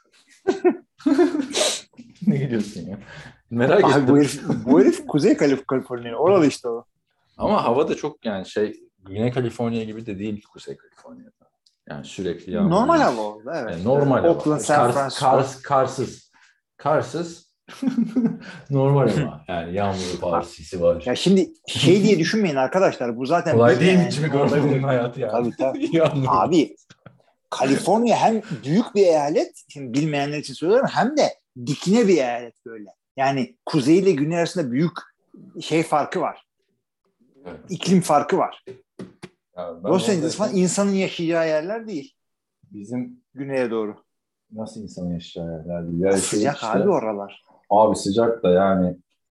Ne gidiyorsun ya? Merak abi ettim. Bu herif Kuzey Kaliforniya. Oralı işte o. Ama hava da çok yani Güney Kaliforniya gibi de değil Kuzey Kaliforniya'da. Yani sürekli yağmur. Normal hava oldu, evet. Yani normal hava. Oakland, San Francisco. Karsız. Normal ama. Yani yağmuru var, sisi var. Ya şimdi diye düşünmeyin arkadaşlar. Bu zaten kolay değil mi Jimmy Garoppolo'nun hayatı ya? Tabii. Abi Kaliforniya hem büyük bir eyalet, şimdi bilmeyenler için söylüyorum, hem de dikine bir eyalet böyle. Yani kuzey ile güney arasında büyük farkı var. Evet. İklim farkı var. Los Angeles falan insanın yaşayacağı yerler değil. Bizim güneye doğru. Nasıl insanın yaşayacağı yerler değil. Ya sıcak işte, abi oralar. Abi sıcak da yani.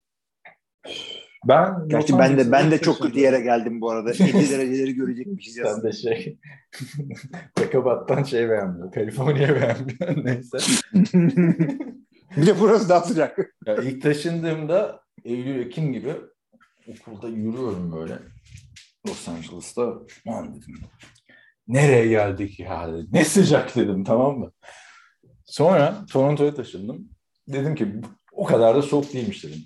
Gerçi ben de çok kötü yere geldim bu arada. 50 dereceleri görecekmişiz. Sen de Bekabat'tan beğenmiyor. Kaliforniya beğenmiyor. Neyse. Bir de burası daha sıcak. Ya ilk taşındığımda Eylül-Ekim gibi okulda yürüyorum böyle Los Angeles'ta. Aman dedim. Nereye geldik ya? Ne sıcak dedim, tamam mı? Sonra Toronto'ya taşındım. Dedim ki o kadar da soğuk değilmiş dedim.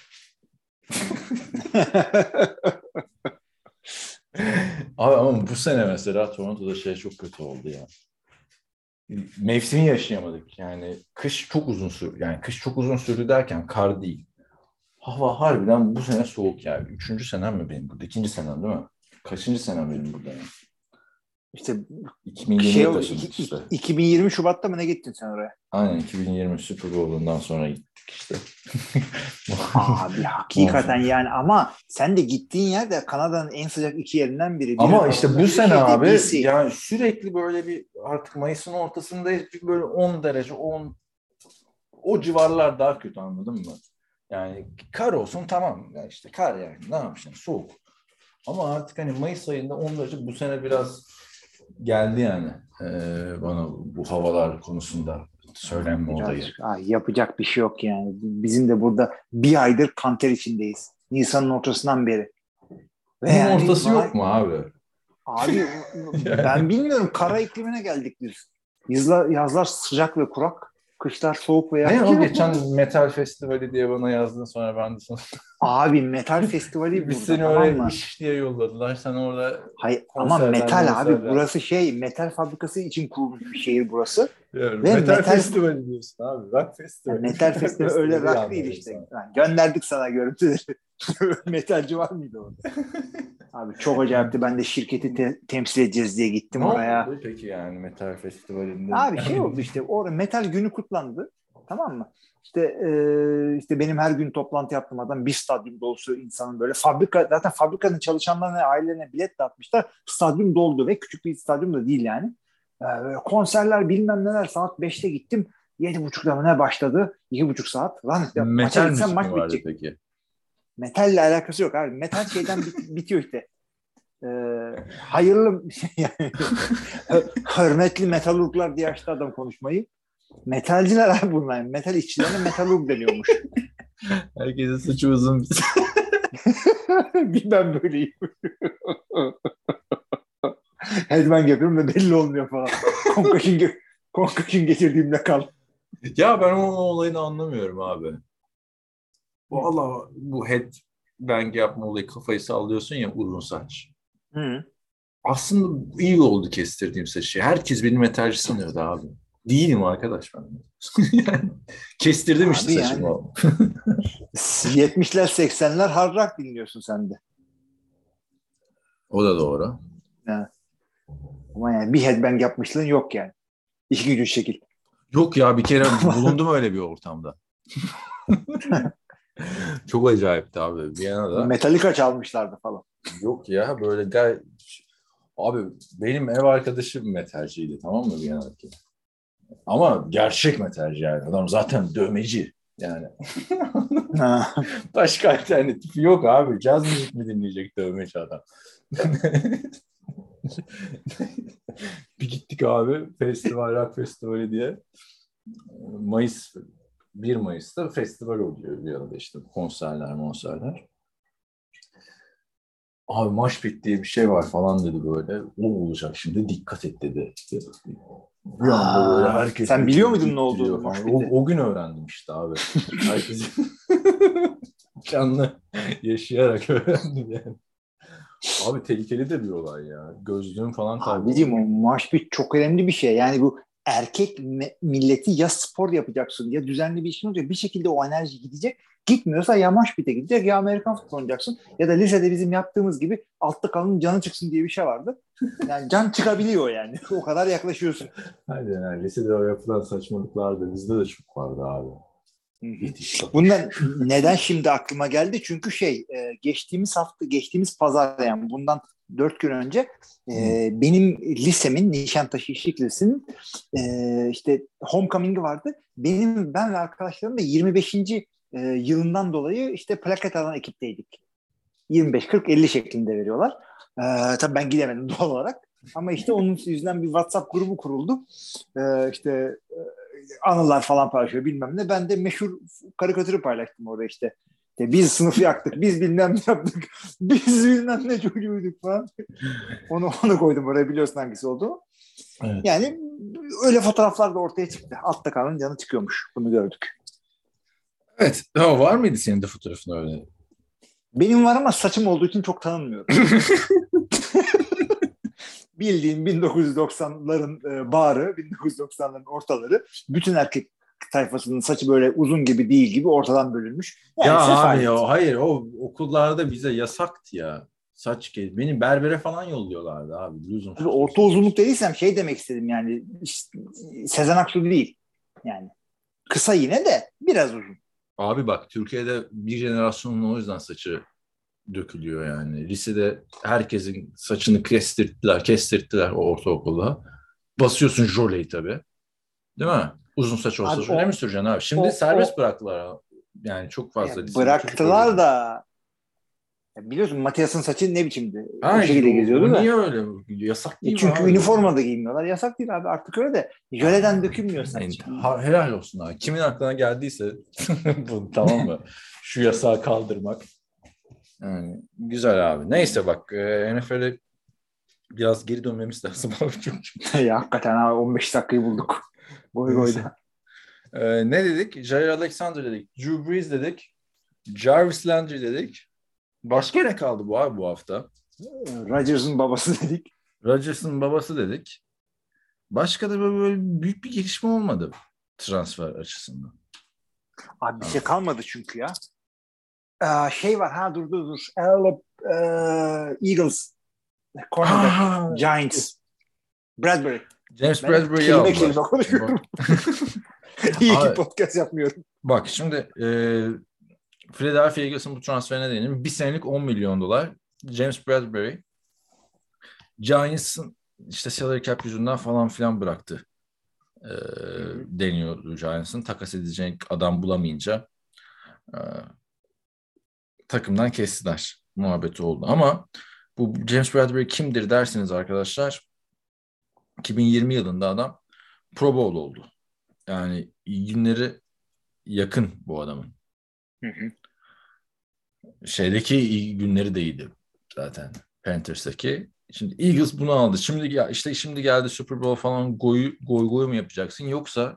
Abi ama bu sene mesela Toronto'da çok kötü oldu ya. Mevsimi yaşayamadık. Yani kış çok uzun sürdü. Yani kış çok uzun sürdü derken kar değil. Hava harbiden bu sene soğuk yani. 3. senem mi benim burada? 2. senem değil mi? Kaçıncı senem benim burada yani? İşte 2020'ye taşındık işte. 2020 Şubat'ta mı ne gittin sen oraya? Aynen 2020 Super Bowl'undan sonra gittik işte. Abi hakikaten yani ama sen de gittiğin yer de Kanada'nın en sıcak 2 yerinden biri. Ama işte bu sene abi yani sürekli böyle bir artık Mayıs'ın ortasındayız, böyle 10 derece o civarlar daha kötü, anladın mı? Yani kar olsun tamam ya, işte kar yani ne yapacaksın, soğuk. Ama artık hani Mayıs ayında 10 derece bu sene biraz geldi yani bana bu havalar konusunda söylenme olayı. Yapacak bir şey yok yani. Bizim de burada bir aydır kanter içindeyiz. Nisan'ın ortasından beri. Bunun ortası yok mu abi? Abi ben bilmiyorum. Kara iklimine geldik biz. Yazlar sıcak ve kurak. Kışlar soğuk ve Hayır, o yakıcı. geçen metal festivali diye bana yazdın, sonra ben de sana Abi metal festivali biz burada, seni tamam oraya mı? iş diye yolladılar. Sen orada Hayır ama konserler, metal abi, konserler. burası metal fabrikası için kurulmuş bir şehir burası. Yani Ve metal metal festivali diyorsun abi. Rock festivali. yani metal festivali öyle Festivali rock değil anladım işte. sana. Yani gönderdik sana görüntüleri. Metalci var mıydı orada? Abi çok acayipti. Ben de şirketi temsil edeceğiz diye gittim Ne oraya. oldu peki yani metal festivalinde? Abi şey oldu işte, orada metal günü kutlandı. Tamam mı? İşte benim her gün toplantı yaptığım adam, bir stadyum dolusu insanın, böyle zaten fabrikanın çalışanlarına, ailelerine bilet dağıtmışlar. Stadyum doldu ve küçük bir stadyum da değil yani. Konserler bilmem neler, saat 5'te gittim. 7.30'da mı ne başladı? 2,5 saat. Lan işte maça Metal gitsem müzik maç mi vardı bitecek. peki? Metalle alakası yok abi. Metal şeyden bitiyor işte. Hayırlı bir şey yani. Hürmetli metalurglar diye açtı adam konuşmayı. Metalciler abi bunlar. Yani. Metal işçilerine metalurg deniyormuş. Herkesin saçı uzun. Bir ben böyleyim. Headbang yapıyorum da belli olmuyor falan. Concussion geçirdiğimde kal. Ya ben o olayını anlamıyorum abi. Vallahi bu headbang yapma olayı, kafayı sallıyorsun ya, uzun saç. Hı. Aslında iyi oldu kestirdiğim saçı. Herkes beni metalci sanıyordu abi. Değilim arkadaş ben. Yani kestirdim Abi işte saçımı. yani 70'ler 80'ler hard rock dinliyorsun sen de. O da doğru. Ha. Ama yani bir headbang yapmışlığın yok yani. İş gücün şekil. Yok ya, bir kere bulundum öyle bir ortamda. Çok acayipti abi. Viyana'da. Metallica çalmışlardı falan. Yok ya, böyle abi benim ev arkadaşım metalciydi, tamam mı, Viyana'daki? Ama gerçek metalci yani. Adam zaten dövmeci yani. Ha. Başka alternatifi yok abi. Caz müzik mi dinleyecek dövmeci adam? Bir gittik abi, festival, rock festivali diye. 1 Mayıs'ta festival oluyor bir arada, işte konserler. Abi mosh pit diye bir şey var falan dedi böyle. O olacak şimdi, dikkat et dedi. Bir anda böyle herkes... Sen biliyor muydun ne titriyor olduğunu falan. mosh pit'i? O gün öğrendim işte abi. Herkes canlı yaşayarak öğrendim yani. Abi tehlikeli de bir olay ya. Gözlüğüm falan kayboldu. Abicim, o mosh pit çok önemli bir şey. Yani bu erkek milleti ya spor yapacaksın ya düzenli bir işin olacak. Bir şekilde o enerji gidecek. Gitmiyorsa ya mosh pit'e gidecek ya Amerikan futbolu oynayacaksın. Ya da lisede bizim yaptığımız gibi altta kalın canı çıksın diye bir şey vardı. Yani can çıkabiliyor yani. O kadar yaklaşıyorsun. Hadi yani lisede o yapılan saçmalıklardı. Bizde de çok vardı abi. Bundan neden şimdi aklıma geldi? Çünkü geçtiğimiz pazar, yani bundan 4 gün önce benim lisemin, Nişantaşı İşçilik Lisesi'nin işte homecoming'i vardı. Ben ve arkadaşlarım da 25. Yılından dolayı işte plaket alan ekipteydik. 25, 40, 50 şeklinde veriyorlar. Tabii ben gidemedim doğal olarak. Ama işte onun yüzünden bir WhatsApp grubu kuruldu. İşte anılar falan paylaşıyor bilmem ne. Ben de meşhur karikatürü paylaştım orada işte. Biz sınıfı yaktık, biz bilmem ne yaptık, biz bilmem ne çocuğuyduk falan. Onu koydum oraya, biliyorsun hangisi olduğunu. Evet. Yani öyle fotoğraflar da ortaya çıktı. Altta kalan canı çıkıyormuş. Bunu gördük. Evet. Ha, var mıydı senin de fotoğrafın öyle? Benim var ama saçım olduğu için çok tanınmıyorum. Bildiğin 1990'ların bağrı, 1990'ların ortaları. Bütün erkek tayfasının saçı böyle uzun gibi değil gibi ortadan bölünmüş. Yani ya sefalet. abi ya, hayır, o okullarda bize yasaktı ya. Saç kes. Beni berbere falan yolluyorlardı abi. Uzun. Orta uzunluk dediysem şey demek istedim yani, işte, Sezen Aksu değil. Yani kısa yine de biraz uzun. Abi bak, Türkiye'de bir jenerasyonun o yüzden saçı dökülüyor yani. Lisede herkesin saçını kestirttiler o ortaokulda. Basıyorsun jöleyi tabii. Değil mi? Uzun saç olsa Abi jöle mi süreceksin abi? Şimdi serbest bıraktılar. Yani çok fazla. Bıraktılar da biliyorsun Matias'ın saçı ne biçimdi? O şekilde O geziyordu da. niye öyle? Yasak değil mi Çünkü abi? üniformada giymiyorlar. Yasak değil abi, artık öyle de. Jöleden dökülmüyor saç. Helal olsun abi. Kimin aklına geldiyse bu, tamam mı? Şu yasağı kaldırmak. Yani, güzel abi. Neyse bak, NFL'e biraz geri dönmemiz lazım abi. Ya hakikaten abi, 15 dakikayı bulduk. Boy boyda. Ne dedik? Jair Alexander dedik. Drew Brees dedik. Jarvis Landry dedik. Başka ne kaldı bu abi bu hafta? Rodgers'ın babası dedik. Rodgers'ın babası dedik. Başka da böyle büyük bir gelişme olmadı transfer açısından. Abi bir şey kalmadı çünkü ya. Şey var dur. Eagles. Cornerback. Giants. Bradbury. James Bradbury'yi aldılar. Kelime konuşuyorum. İyi ki podcast yapmıyorum. Bak şimdi Philadelphia Eagles'ın bu transferine değinelim. 1 senelik $10 milyon. James Bradbury. Giants'ın işte salary cap yüzünden falan filan bıraktı. Deniyordu Giants'ın. Takas edecek adam bulamayınca takımdan kestiler. Muhabbeti oldu. Ama bu James Bradbury kimdir dersiniz arkadaşlar. 2020 yılında adam Pro Bowl oldu. Yani iyi günleri yakın bu adamın. Şeydeki iyi günleri de iyiydi zaten. Panthers'taki. Şimdi Eagles bunu aldı. Şimdi geldi Super Bowl falan goy mu yapacaksın? Yoksa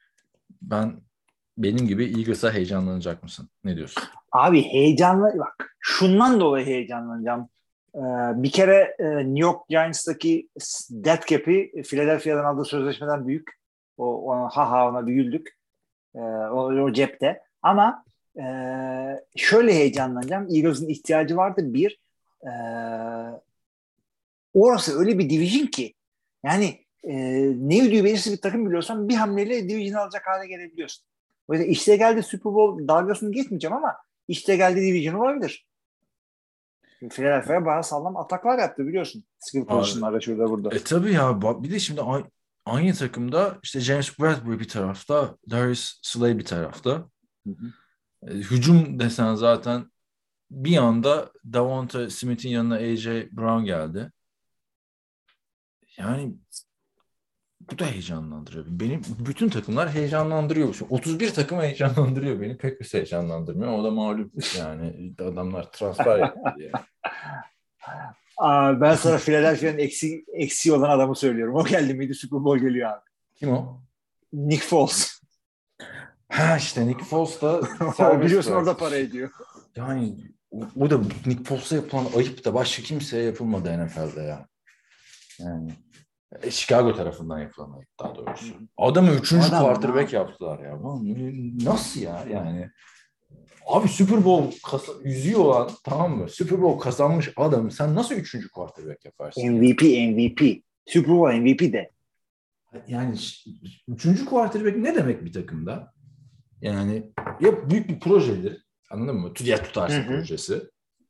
benim gibi Eagles'a heyecanlanacak mısın? Ne diyorsun? Abi heyecanlı bak. Şundan dolayı heyecanlanacağım. Bir kere New York Giants'taki dead cap'i Philadelphia'dan aldığı sözleşmeden büyük. Ona bir güldük. O cepte. Ama şöyle heyecanlanacağım. Eagles'ın ihtiyacı vardı. Orası öyle bir division ki yani ne ödüğü belirsiz bir takım biliyorsan bir hamleyle division alacak hale gelebiliyorsun. O yüzden işte geldi Super Bowl dalgasını geçmeyeceğim ama işte geldi division olabilir. Philadelphia bayağı sağlam ataklar yaptı biliyorsun. Skill position'larda şurada burada. Tabii ya. Bir de şimdi aynı takımda işte James Bradbury bir tarafta, Darius Slay bir tarafta. Hücum desen zaten bir anda Davante Smith'in yanına A.J. Brown geldi. Yani bu da heyecanlandırıyor. Benim bütün takımlar heyecanlandırıyor. 31 takım heyecanlandırıyor beni. Packers heyecanlandırmıyor. O da malum yani. Adamlar transfer yaptı yani. Ben sana Philadelphia'nın eksiği olan adamı söylüyorum. O geldi miydi Super Bowl geliyor abi. Kim o? Nick Foles. İşte Nick Foles da biliyorsun orada para ediyor. Yani o da Nick Foles'a yapılan ayıp da başka kimseye yapılmadı NFL'de ya. Yani Chicago tarafından yapılan ayıp daha doğrusu. Adamı 3. quarterback yaptılar ya. Nasıl ya yani? Abi Super Bowl yüzüyor olan, tamam mı? Super Bowl kazanmış adam sen nasıl 3. quarterback yaparsın? MVP. Super Bowl MVP de. Yani 3. quarterback ne demek bir takımda? Yani ya büyük bir projedir. Anladın mı? Ya tutarsın projesi.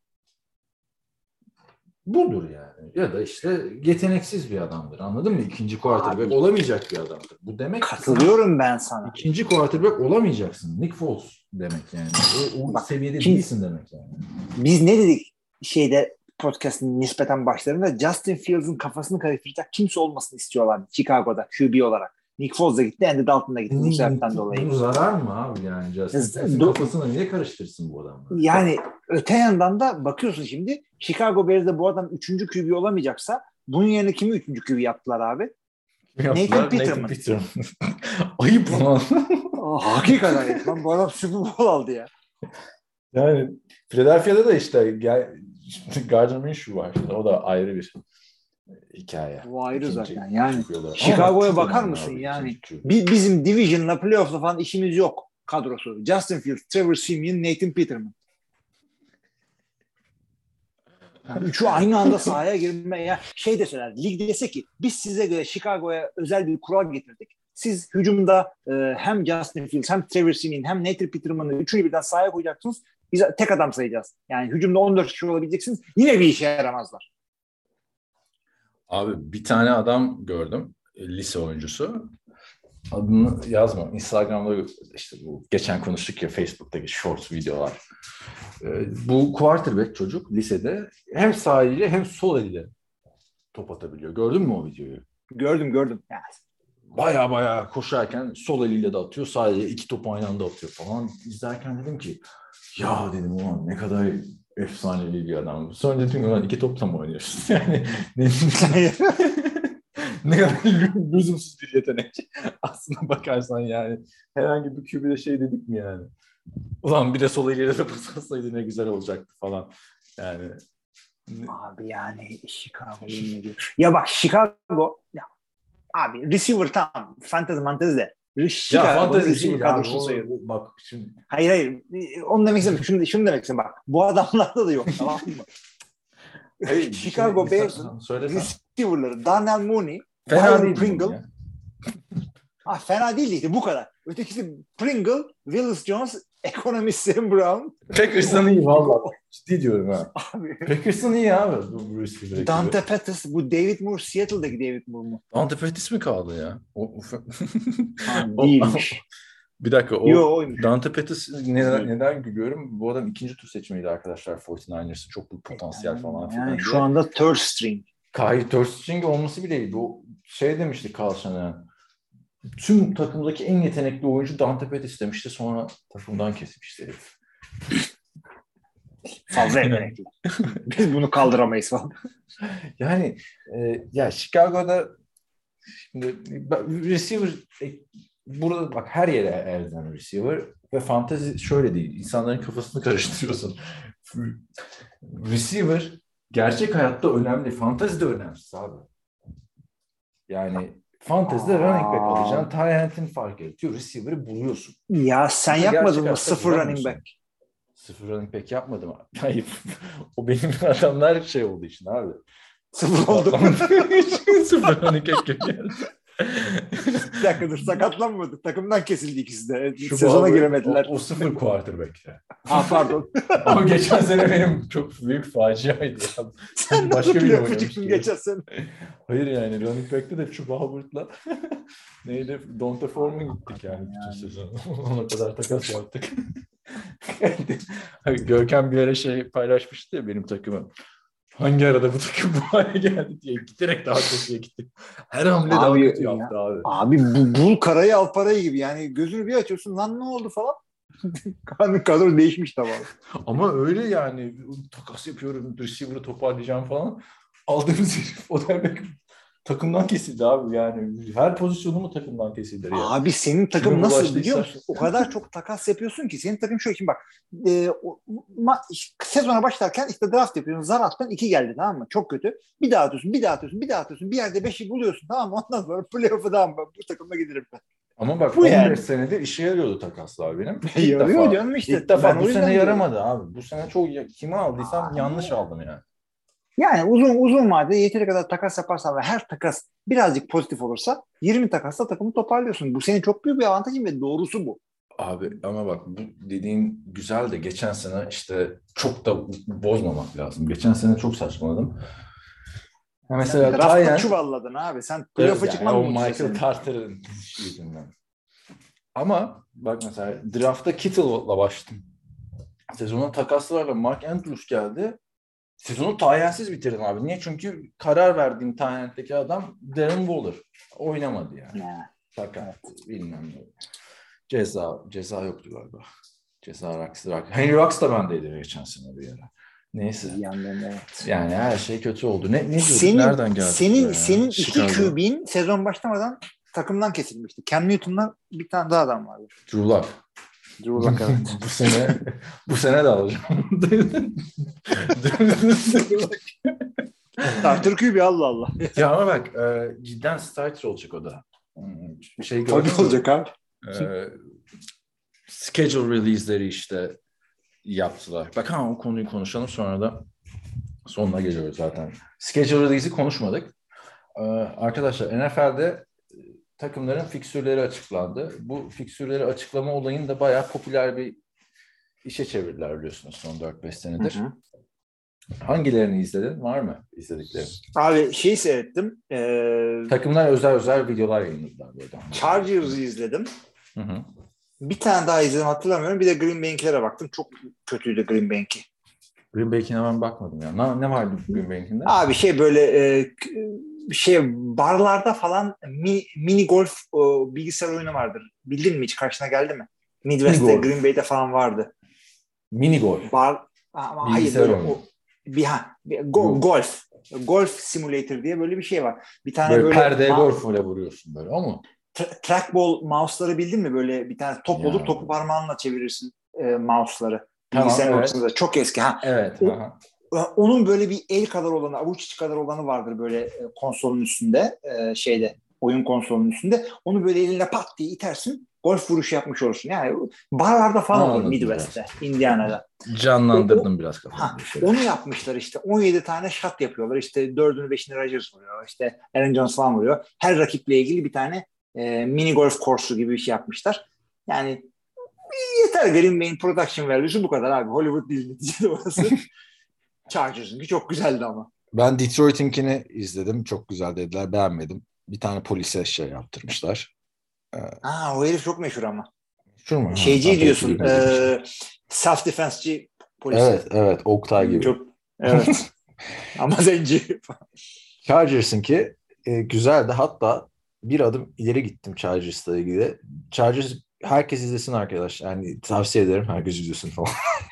Budur yani. Ya da işte yeteneksiz bir adamdır. Anladın mı? 2. quarterback olamayacak bir adamdır. Bu demek katılıyorum ben sana. 2. quarterback olamayacaksın. Nick Foles demek yani. O seviyede değilsin demek yani. Biz ne dedik podcast'ın nispeten başlarında? Justin Fields'ın kafasını karıştıracak kimse olmasını istiyorlar Chicago'da QB olarak. Nick Foles da gitti, Andy Dalton da gitti bu sebepten dolayı. Bu zarar mı abi yani? Justin Fields'ın kafasını niye karıştırsın bu adamlar? Yani öte yandan da bakıyorsun şimdi Chicago Bears'de bu adam 3. QB olamayacaksa bunun yerine kimi 3. QB yaptılar abi? Nathan Peterman. Ayıp lan. Hakikaten ayıp lan. Bu adam Super Bowl aldı ya. Yani Philadelphia'da da işte Gardner Minshew var. O da ayrı bir hikaye. Bu ayrı zaten. Yani Chicago'ya bakar mısın yani? Bizim Division'la playoff'la falan işimiz yok kadrosu. Justin Fields, Trevor Siemian, Nathan Peterman. Yani üçü aynı anda sahaya girmeye de söyler. Lig dese ki biz size göre Chicago'ya özel bir kural getirdik. Siz hücumda hem Justin Fields hem Trevor Siemian hem Nathan Peterman'ı üçünü birden sahaya koyacaksınız. Biz tek adam sayacağız. Yani hücumda 14 kişi olabileceksiniz. Yine bir işe yaramazlar. Abi bir tane adam gördüm. Lise oyuncusu. Adını yazma. Instagram'da işte bu geçen konuştuk ya Facebook'taki short videolar. Bu quarterback çocuk lisede hem sağ eliyle hem sol eliyle top atabiliyor. Gördün mü o videoyu? Gördüm. Yani. Baya koşarken sol eliyle de atıyor. Sağ eliyle 2 top aynı anda atıyor falan. İzlerken dedim ki ya dedim ulan ne kadar efsanevi bir adam. Sonra dedim ki ulan 2 topla mı oynuyorsun? Yani Ne kadar lüzumsuz bir yetenek. Aslına bakarsan yani. Herhangi bir QB'de şey dedik mi yani? Ulan bir de sol eliyle de pas atsaydı ne güzel olacaktı falan. Yani. Abi yani Chicago yemin ediyorum. Ya bak Chicago ya, abi receiver tamam. Fantezi de. Ya fantezi receiver değil abi. kadrosu sayıyor. Bak şimdi. Hayır. Onu demek istemiyorum. Şunu demek istemiyorum bak. Bu adamlarda da yok tamam mı? Hayır, Chicago Bears'ın receiver'ları Darnell Mooney, fena Byron değil Pringle. Fena değildi işte bu kadar. Ötekisi Pringle, Willis Jones, ekonomist Sam Brown. Packers'ın iyi valla. Ciddi diyorum ha. Abi. Packers'ın iyi abi. Bu receiver Dante Pettis, bu David Moore, Seattle'daki David Moore mu? Dante Pettis mi kaldı ya? Değilmiş. Bir dakika. Oymuş. Dante Pettis neden gülüyorum? Bu adam ikinci tur seçimiydi arkadaşlar 49ers'ın. Çok büyük potansiyel falan filan. Yani şu anda third string. Hayır, third string olması bile değil. O şey demişti Carlson'a. Tüm takımdaki en yetenekli oyuncu Dante Pettis demişti. Sonra takımdan kesmişti herif. Fazla yetenekli. Biz bunu kaldıramayız falan. Yani ya Chicago'da şimdi receiver burada bak her yere elden receiver ve fantezi şöyle değil. İnsanların kafasını karıştırıyorsun. Receiver gerçek hayatta önemli. Fantezi de önemsiz abi. Yani fantezide running back alacaksın. Tight end'in fark yaratıyor. Receiver'ı buluyorsun. Ya sen yapmadın mı sıfır running back? Sıfır running back yapmadım abi. Hayır. O benim adamlar şey olduğu için abi. Sıfır oldu. Sıfır running back geldi. Bir dakika dur sakatlanmadı. Takımdan kesildi ikisi de. Şu sezona giremediler. O sıfır quarterback'te. Pardon. Ama geçen sene benim çok büyük faciaydı ya. Sen başka nasıl bir playoff'a çıktın geçen sene? Hayır yani running back'te de Chuba Hubbard'la neydi? Donta Foreman gittik yani bütün sezon. Ona kadar takas yaptık. Görkem bir ara şey paylaşmıştı ya benim takımım. Hangi arada bu takım bu hale geldi diye giderek daha kötüye gitti. Her hamle daha kötü yaptı abi. Abi bul karayı al parayı gibi. Yani gözünü bir açıyorsun lan ne oldu falan. Kadro değişmiş tamam. Ama öyle yani takas yapıyorum, receiver'ı toparlayacağım falan. Aldığımız herif o demek takımdan kesildi abi yani. Her pozisyonumu takımdan kesildi. Yani. Abi senin takım nasıl biliyor musun? O kadar çok takas yapıyorsun ki senin takım şöyle şimdi bak sezona başlarken işte draft yapıyorsun. Zarat'tan 2 geldi tamam mı? Çok kötü. Bir daha atıyorsun. Bir yerde 5'i buluyorsun tamam mı? Ondan sonra playoff'a tamam mı? Bu takımda giderim ben. Ama bak bu 15 yani. Senedir işe yarıyordu takaslar benim. Yarıyor canım işte. İlk defa bu sene yaramadı abi. Bu sene çok kimi aldıysam yanlış aldım yani. Yani uzun vadede yeteri kadar takas yaparsan ve her takas birazcık pozitif olursa 20 takasla takımı toparlıyorsun. Bu senin çok büyük bir avantajın ve doğrusu bu. Abi ama bak bu dediğin güzel de geçen sene işte çok da bozmamak lazım. Geçen sene çok saçmaladım. Mesela draft'ta çuvalladın abi. Sen playoff'a çıkmadın mı? O Michael Carter'ın yüzünden. Ama bak mesela draft'ta Kittle'la başladım. Sezona takaslarla Mark Andrews geldi. Sezonu tayensiz bitirdim abi. Niye? Çünkü karar verdiğim tayentteki adam Darren Waller. Oynamadı yani. Sakat. Bilmem ne. Ceza yoktu galiba. Ceza Rux. Henry Rux da bendeydi geçen sene bir ara. Neyse. Evet. Yani her şey kötü oldu. Ne diyorduk? Nereden geldi? Senin iki QB'in sezon başlamadan takımdan kesilmişti. Cam Newton'la bir tane daha adam vardı. Drew Lock. Evet. bu sene de alacağım. Starter QB Allah. Ya ama bak cidden starter olacak o da. Bir şey Tabii olacak abi. Schedule release'leri işte yaptılar. Bak o konuyu konuşalım sonra da sonuna geliyoruz zaten. Schedule release'i konuşmadık. Arkadaşlar NFL'de takımların fiksürleri açıklandı. Bu fiksürleri açıklama olayını da bayağı popüler bir işe çevirdiler biliyorsunuz son 4-5 senedir. Hı hı. Hangilerini izledin? Var mı izlediklerin? Abi seyrettim. Takımlar özel videolar yayınladılar. Chargers'ı izledim. Hı hı. Bir tane daha izledim hatırlamıyorum. Bir de Green Bay'lere baktım. Çok kötüydü Green Bay'ki. Green Bay'kine ben bakmadım ya. Ne vardı Green Bay'kinde? Abi böyle barlarda falan mini golf bilgisayar oyunu vardır. Bildin mi hiç? Karşına geldi mi? Midwest'te, Green Bay'de falan vardı. Mini golf. Hayır böyle golf. Golf Simulator diye böyle bir şey var. Bir tane Böyle böyle perdeye golf öyle vuruyorsun böyle ama. trackball mouse'ları bildin mi? Böyle bir tane top olur, Ya. topu parmağınla çevirirsin mouse'ları. Tamam, Bilgisayarın evet. ortasında. Çok eski. Ha. Evet. Onun böyle bir el kadar olanı, avuç içi kadar olanı vardır böyle konsolun üstünde, oyun konsolunun üstünde. Onu böyle eline pat diye itersin, golf vuruşu yapmış olursun. Yani barlarda falan olur Anladım Midwest'te, Indiana'da. Canlandırdım biraz kafamda. Onu yapmışlar işte. 17 tane shot yapıyorlar. İşte 4'ünü 5'ini Rodgers vuruyor. İşte Aaron Jones falan vuruyor. Her rakiple ilgili bir tane mini golf course'u gibi bir şey yapmışlar. Yani yeter, Green Bay'in production value'su bu kadar abi. Hollywood değil neticede orası. Chargers'ınki çok güzeldi ama. Ben Detroit'inkini izledim. Çok güzel dediler. Beğenmedim. Bir tane polise şey yaptırmışlar. O herif çok meşhur ama. Meşhur mu? Şeyci diyorsun. Self defense'ci polis. Evet. Oktay gibi. Çok, evet. Ama zenci. Chargers'ınki güzeldi. Hatta bir adım ileri gittim Chargers'la ilgili. Chargers herkes izlesin arkadaş. Yani tavsiye ederim. Herkes izlesin falan.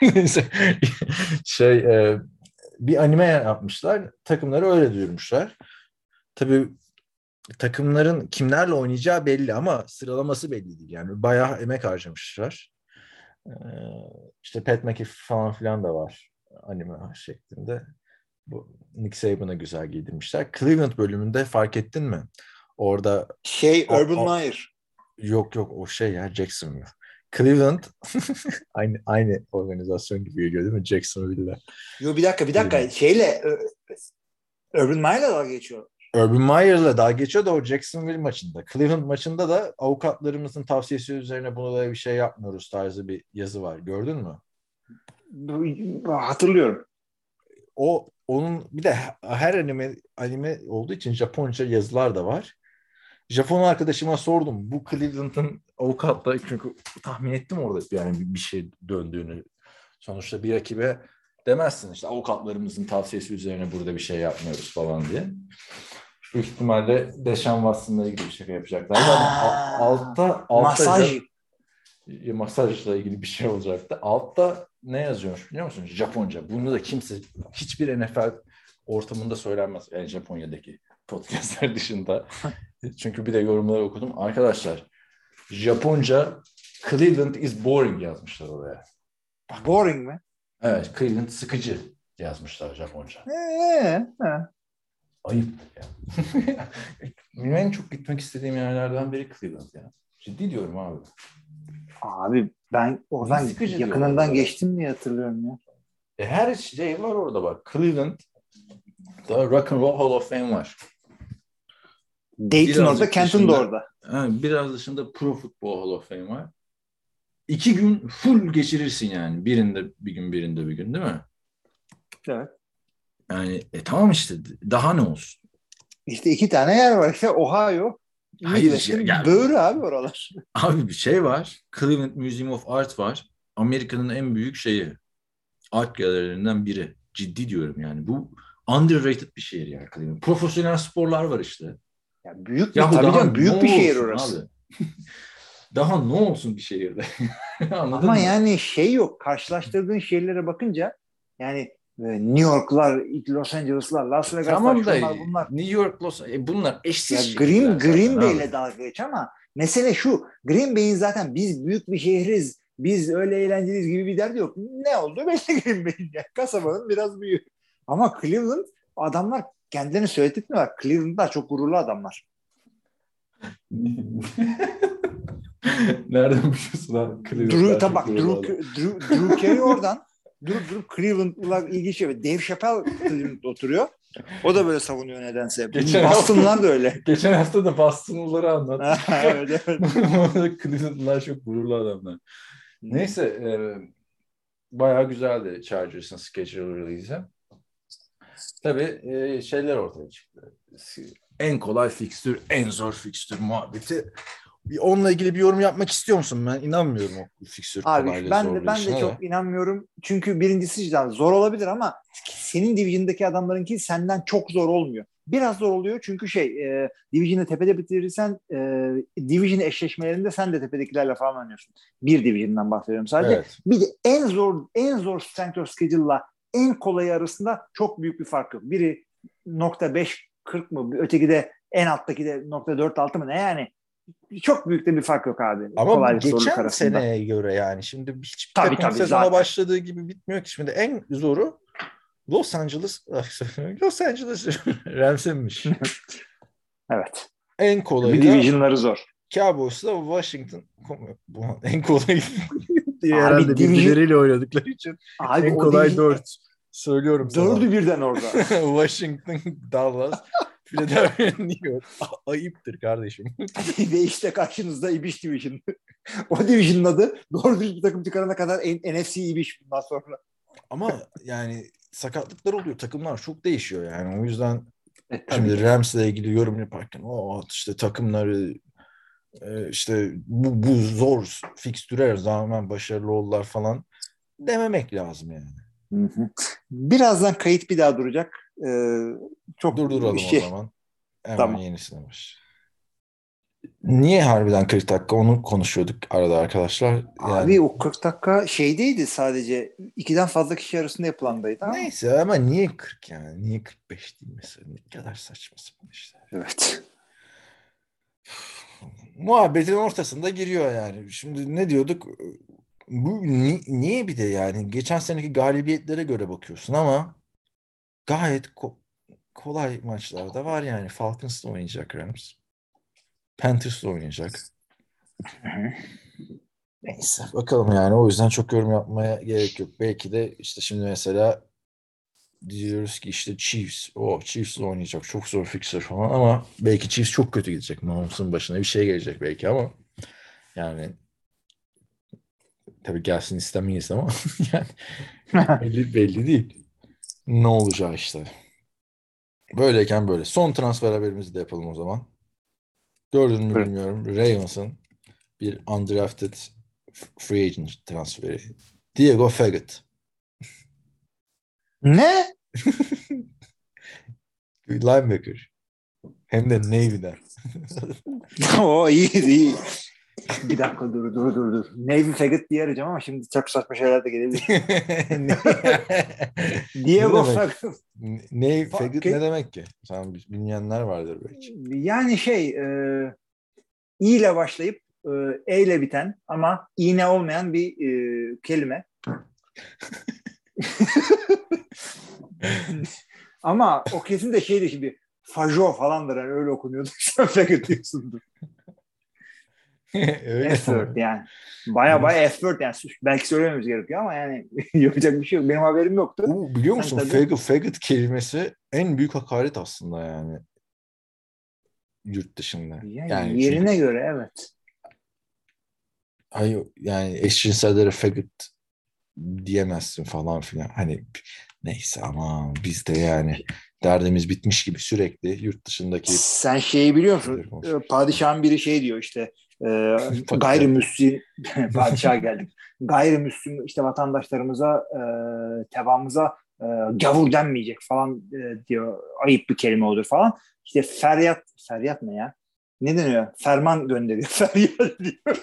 Bir anime yapmışlar. Takımları öyle duyurmuşlar. Tabii takımların kimlerle oynayacağı belli ama sıralaması belli değil. Yani bayağı emek harcamışlar. İşte Pat McAfee falan filan da var anime şeklinde. Bu Nick Saban'a güzel giydirmişler. Cleveland bölümünde fark ettin mi? Orada Urban Meyer. Yok o ya Jacksonville. Cleveland aynı organizasyon gibi geliyor değil mi? Jacksonville'ler. Yo bir dakika. Urban Meyer'la dalga geçiyor. Urban Meyer'la dalga geçiyor da o Jacksonville maçında. Cleveland maçında da avukatlarımızın tavsiyesi üzerine buna da bir şey yapmıyoruz tarzı bir yazı var. Gördün mü? Hatırlıyorum. Onun bir de her anime olduğu için Japonca yazılar da var. Japon arkadaşıma sordum. Bu Cleveland'ın avukatla çünkü tahmin ettim orada yani bir şey döndüğünü. Sonuçta bir rakibe demezsin işte avukatlarımızın tavsiyesi üzerine burada bir şey yapmıyoruz falan diye. Büyük ihtimalle Deshaun Watson'la ilgili bir şey yapacaklar. Altta masajla ilgili bir şey olacaktı. Altta ne yazıyormuş biliyor musun? Japonca. Bunu da hiçbir NFL ortamında söylenmez. Yani Japonya'daki podcastler dışında. Çünkü bir de yorumları okudum. Arkadaşlar Japonca Cleveland is boring yazmışlar oraya. Boring mi? Evet, Cleveland sıkıcı yazmışlar Japonca. Ayıp ya. Benim en çok gitmek istediğim yerlerden biri Cleveland ya. Ciddi diyorum abi. Abi ben oradan yakınından geçtim diye hatırlıyorum ya. Her şey var orada bak. Cleveland'da Rock and Roll Hall of Fame var. Dayton orada, Kenton da orada. Biraz dışında Pro Football Hall of Fame var. 2 gün full geçirirsin yani. Birinde bir gün değil mi? Evet. Yani tamam işte daha ne olsun? İşte 2 tane yer var. İşte Ohio. Hayır ya. Böğrü abi oralar. Abi bir şey var. Cleveland Museum of Art var. Amerika'nın en büyük art galerilerinden biri. Ciddi diyorum yani. Bu underrated bir şehir yani Cleveland. Profesyonel sporlar var işte. Ya büyük bir şehir orası. Abi. Daha ne olsun bir şehirde? Ama mı? Yani yok. Karşılaştırdığın şehirlere bakınca yani New York'lar, Los Angeles'lar, Las Vegas'lar, tamam da bunlar. New York, bunlar eşsiz şehirler. Green Bay'le dalga geç ama mesele şu. Green Bay'in zaten biz büyük bir şehriz, biz öyle eğlenceliyiz gibi bir derdi yok. Ne oldu belli Green Bay'in. Yani kasabanın biraz büyüğü. Ama Cleveland adamlar kendilerini söyletmiyorlar. Cleveland'lar çok gururlu adamlar. Nereden biliyorsun abi? Drew Carey oradan. Cleveland'lar ilginç şey. Dave Chappelle Cleveland'da oturuyor. O da böyle savunuyor nedense. Boston'lar da öyle. Geçen hafta da Boston'lıları anlattı. Evet. Cleveland'lar çok gururlu adamlar. Neyse bayağı güzeldi Chargers'ın schedule release'i. Tabii şeyler ortaya çıktı. En kolay fikstür, en zor fikstür muhabbeti. Onunla ilgili bir yorum yapmak istiyor musun? Ben inanmıyorum o fikstür kolaylığı zorluğu. Ben de çok inanmıyorum. Çünkü birincisi zor olabilir ama senin division'daki adamlarınki senden çok zor olmuyor. Biraz zor oluyor çünkü division'ı tepede bitirirsen division eşleşmelerinde sen de tepedekilerle falan oynuyorsun. Bir division'dan bahsediyorum sadece. Evet. Bir de en zor strength of schedule'la en kolayı arasında çok büyük bir fark yok. Biri .5 40 mı? Öteki de en alttaki de .46 mı? Ne yani? Çok büyük de bir fark yok abi. Ama Kolaylık, bu zorluk geçen arasında. seneye göre yani. Şimdi hiçbir Tabii, takım sezona zaten. başladığı gibi bitmiyor ki. Şimdi en zoru Los Angeles Rams'miş. Evet. En Bir kolayı da division'ları zor. Cowboys'la Washington. Bu en kolayı diye Abi herhalde birbirleriyle oynadıkları için Abi en o kolay division 4. Söylüyorum sana. 4'ü birden orada. Washington, Dallas, Philadelphia, New York. Ayıptır kardeşim. Ve işte karşınızda İbiş Division. O division'ın adı doğru düzgün bir takım çıkarana kadar NFC İbiş bundan sonra. Ama yani sakatlıklar oluyor. Takımlar çok değişiyor yani. O yüzden Tabii. şimdi Rams'le ilgili yorum yaparken işte takımları işte bu zor fikstüre rağmen başarılı oldular falan dememek lazım yani. Hı. Birazdan kayıt bir daha duracak. Çok Durduralım o zaman. Hemen Tamam. yenisine baş. Niye harbiden 40 dakika onu konuşuyorduk arada arkadaşlar. Yani, Abi o 40 dakika şeydeydi sadece. 2'den fazla kişi arasında yapılandaydı. Neyse ama niye 40 yani? Niye 45 değil mesela? Ne kadar saçma sapan işte. Evet. Muhabbetin ortasında giriyor yani. Şimdi ne diyorduk? Bu niye bir de yani? Geçen seneki galibiyetlere göre bakıyorsun ama gayet kolay maçlar da var yani. Falcons'la oynayacak Rams. Panthers'la oynayacak. Neyse bakalım yani. O yüzden çok yorum yapmaya gerek yok. Belki de işte şimdi mesela diyoruz ki işte Chiefs'le oynayacak. Çok zor fixer falan ama belki Chiefs çok kötü gidecek. Mahomes'un başına bir şey gelecek belki ama yani tabii gelsin istemeyiz ama yani belli değil. Ne olacağı işte. Böyleyken böyle. Son transfer haberimizi de yapalım o zaman. Gördün mü bilmiyorum. Ravens'ın bir undrafted free agent transferi. Diego Fagot. Ne? Linebacker. Hem de Navy'den. O iyi. Bir dakika dur. Navy Faggot diye arayacağım ama şimdi çok saçma şeyler de gelebilir. Diego Faggot. Navy Faggot ne demek ki? Sen bilmeyenler vardır belki. Yani İ ile başlayıp E ile biten ama iğne olmayan bir kelime. Ama o kesin de şeydi şimdi Fajo falandır yani öyle okunuyordu. Sen Faggot diyorsundur. F-word yani. Baya F-word yani. Belki söylememiz gerekiyor ama yani yapacak bir şey yok. Benim haberim yoktu. Biliyor musun faggot kelimesi en büyük hakaret aslında yani. Yurt dışında. Yani yerine çünkü, göre evet. Yani eşcinsellere faggot diyemezsin falan filan. Hani neyse ama biz de yani derdimiz bitmiş gibi sürekli yurt dışındaki... Sen şeyi biliyor musun? Padişahın biri şey diyor işte gayrimüslim padişah geldik. Gayrimüslim işte vatandaşlarımıza tebaamıza gavur denmeyecek falan diyor. Ayıp bir kelime olur falan. İşte feryat ne ya? Ne deniyor? Ferman gönderiyor. Feryat diyor.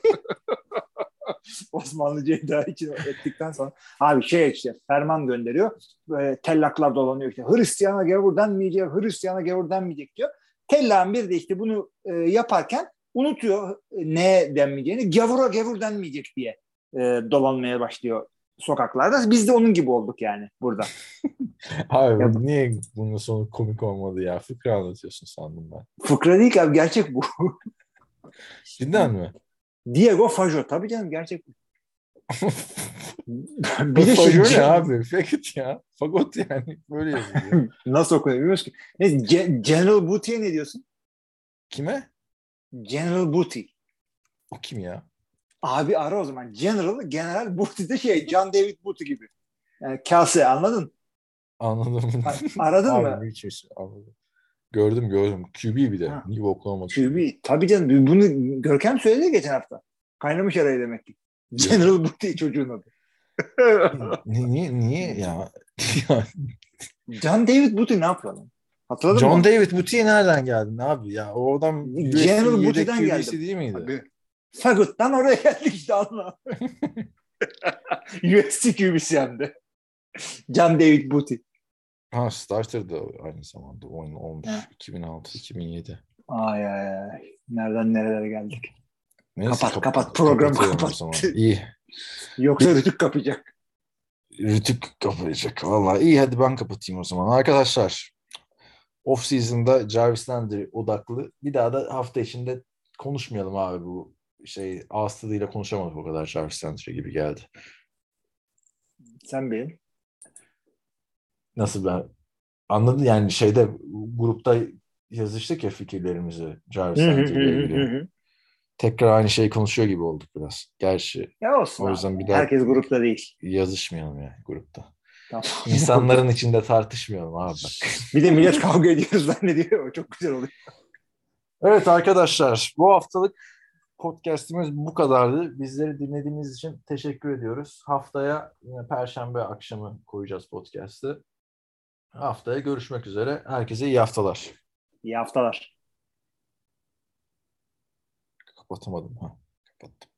Osmanlıcayı daha için ettikten sonra abi işte ferman gönderiyor. Tellaklar dolanıyor işte. Hristiyan'a gavur denmeyecek diyor. Tellak'ın bir de işte bunu yaparken unutuyor ne denmeyeceğini. Gavur denmeyecek diye dolanmaya başlıyor sokaklarda. Biz de onun gibi olduk yani burada. Abi niye bunun sonu komik olmadı ya? Fıkra anlatıyorsun sandım ben. Fıkra değil ki abi, gerçek bu. Cidden mi? Diego Fajo. Tabii canım, gerçek bu. Bir de Fajo ne abi? Fagot ya. Fagot yani. Böyle yazılıyor. Nasıl okunuyor bilmiyoruz ki. Neyse, General Booty'ye ne diyorsun? Kime? General Booty. O kim ya? Abi ara o zaman. General Booty de John David Booty gibi. Yani kase, anladın? Anladım. Aradın mı? Hiç anladım. Gördüm. QB bir de. New Oklahoma QB. Tabii canım. Bunu Görkem söyledi geçen hafta. Kaynamış araya demek ki. General Booty çocuğun adı. Niye ya? John David Booty ne yapıyor lan? Hatırladın John mı? David Booty'ye nereden geldin abi? Ya o adam General Booty'den geldi. değil miydi? Abi. Fagot'tan oraya geldik işte, anla. USC QB'si hem de. John David Booty. Ha, starter da aynı zamanda oyun olmuş. Ha. 2006-2007. Ay ay ay. Nereden nerelere geldik. Neyse, Kapat programı kapatıyorum kapat. o zaman. İyi. Yoksa Rütük kapayacak. Rütük kapayacak. Vallahi iyi, hadi ben kapatayım o zaman. Arkadaşlar, off season'da Jarvis Landry odaklı. Bir daha da hafta içinde konuşmayalım abi, bu ağız tadıyla konuşamadık o kadar Jarvis Landry gibi geldi. Sen benim. Nasıl, ben anladın yani, grupta yazıştık ya fikirlerimizi Jarvis Landry ile ilgili. Tekrar aynı şeyi konuşuyor gibi olduk biraz. Gerçi Ya olsun o yüzden abi. bir daha Herkes grupta değil. yazışmayalım yani grupta. Tamam. İnsanların içinde tartışmayalım abi bak. Bir de millet kavga ediyoruz zannediyor. O çok güzel oluyor. Evet arkadaşlar, bu haftalık podcast'imiz bu kadardı. Bizleri dinlediğiniz için teşekkür ediyoruz. Haftaya yine Perşembe akşamı koyacağız podcast'ı. Haftaya görüşmek üzere. Herkese iyi haftalar. İyi haftalar. Kapatamadım ha. Kapattım.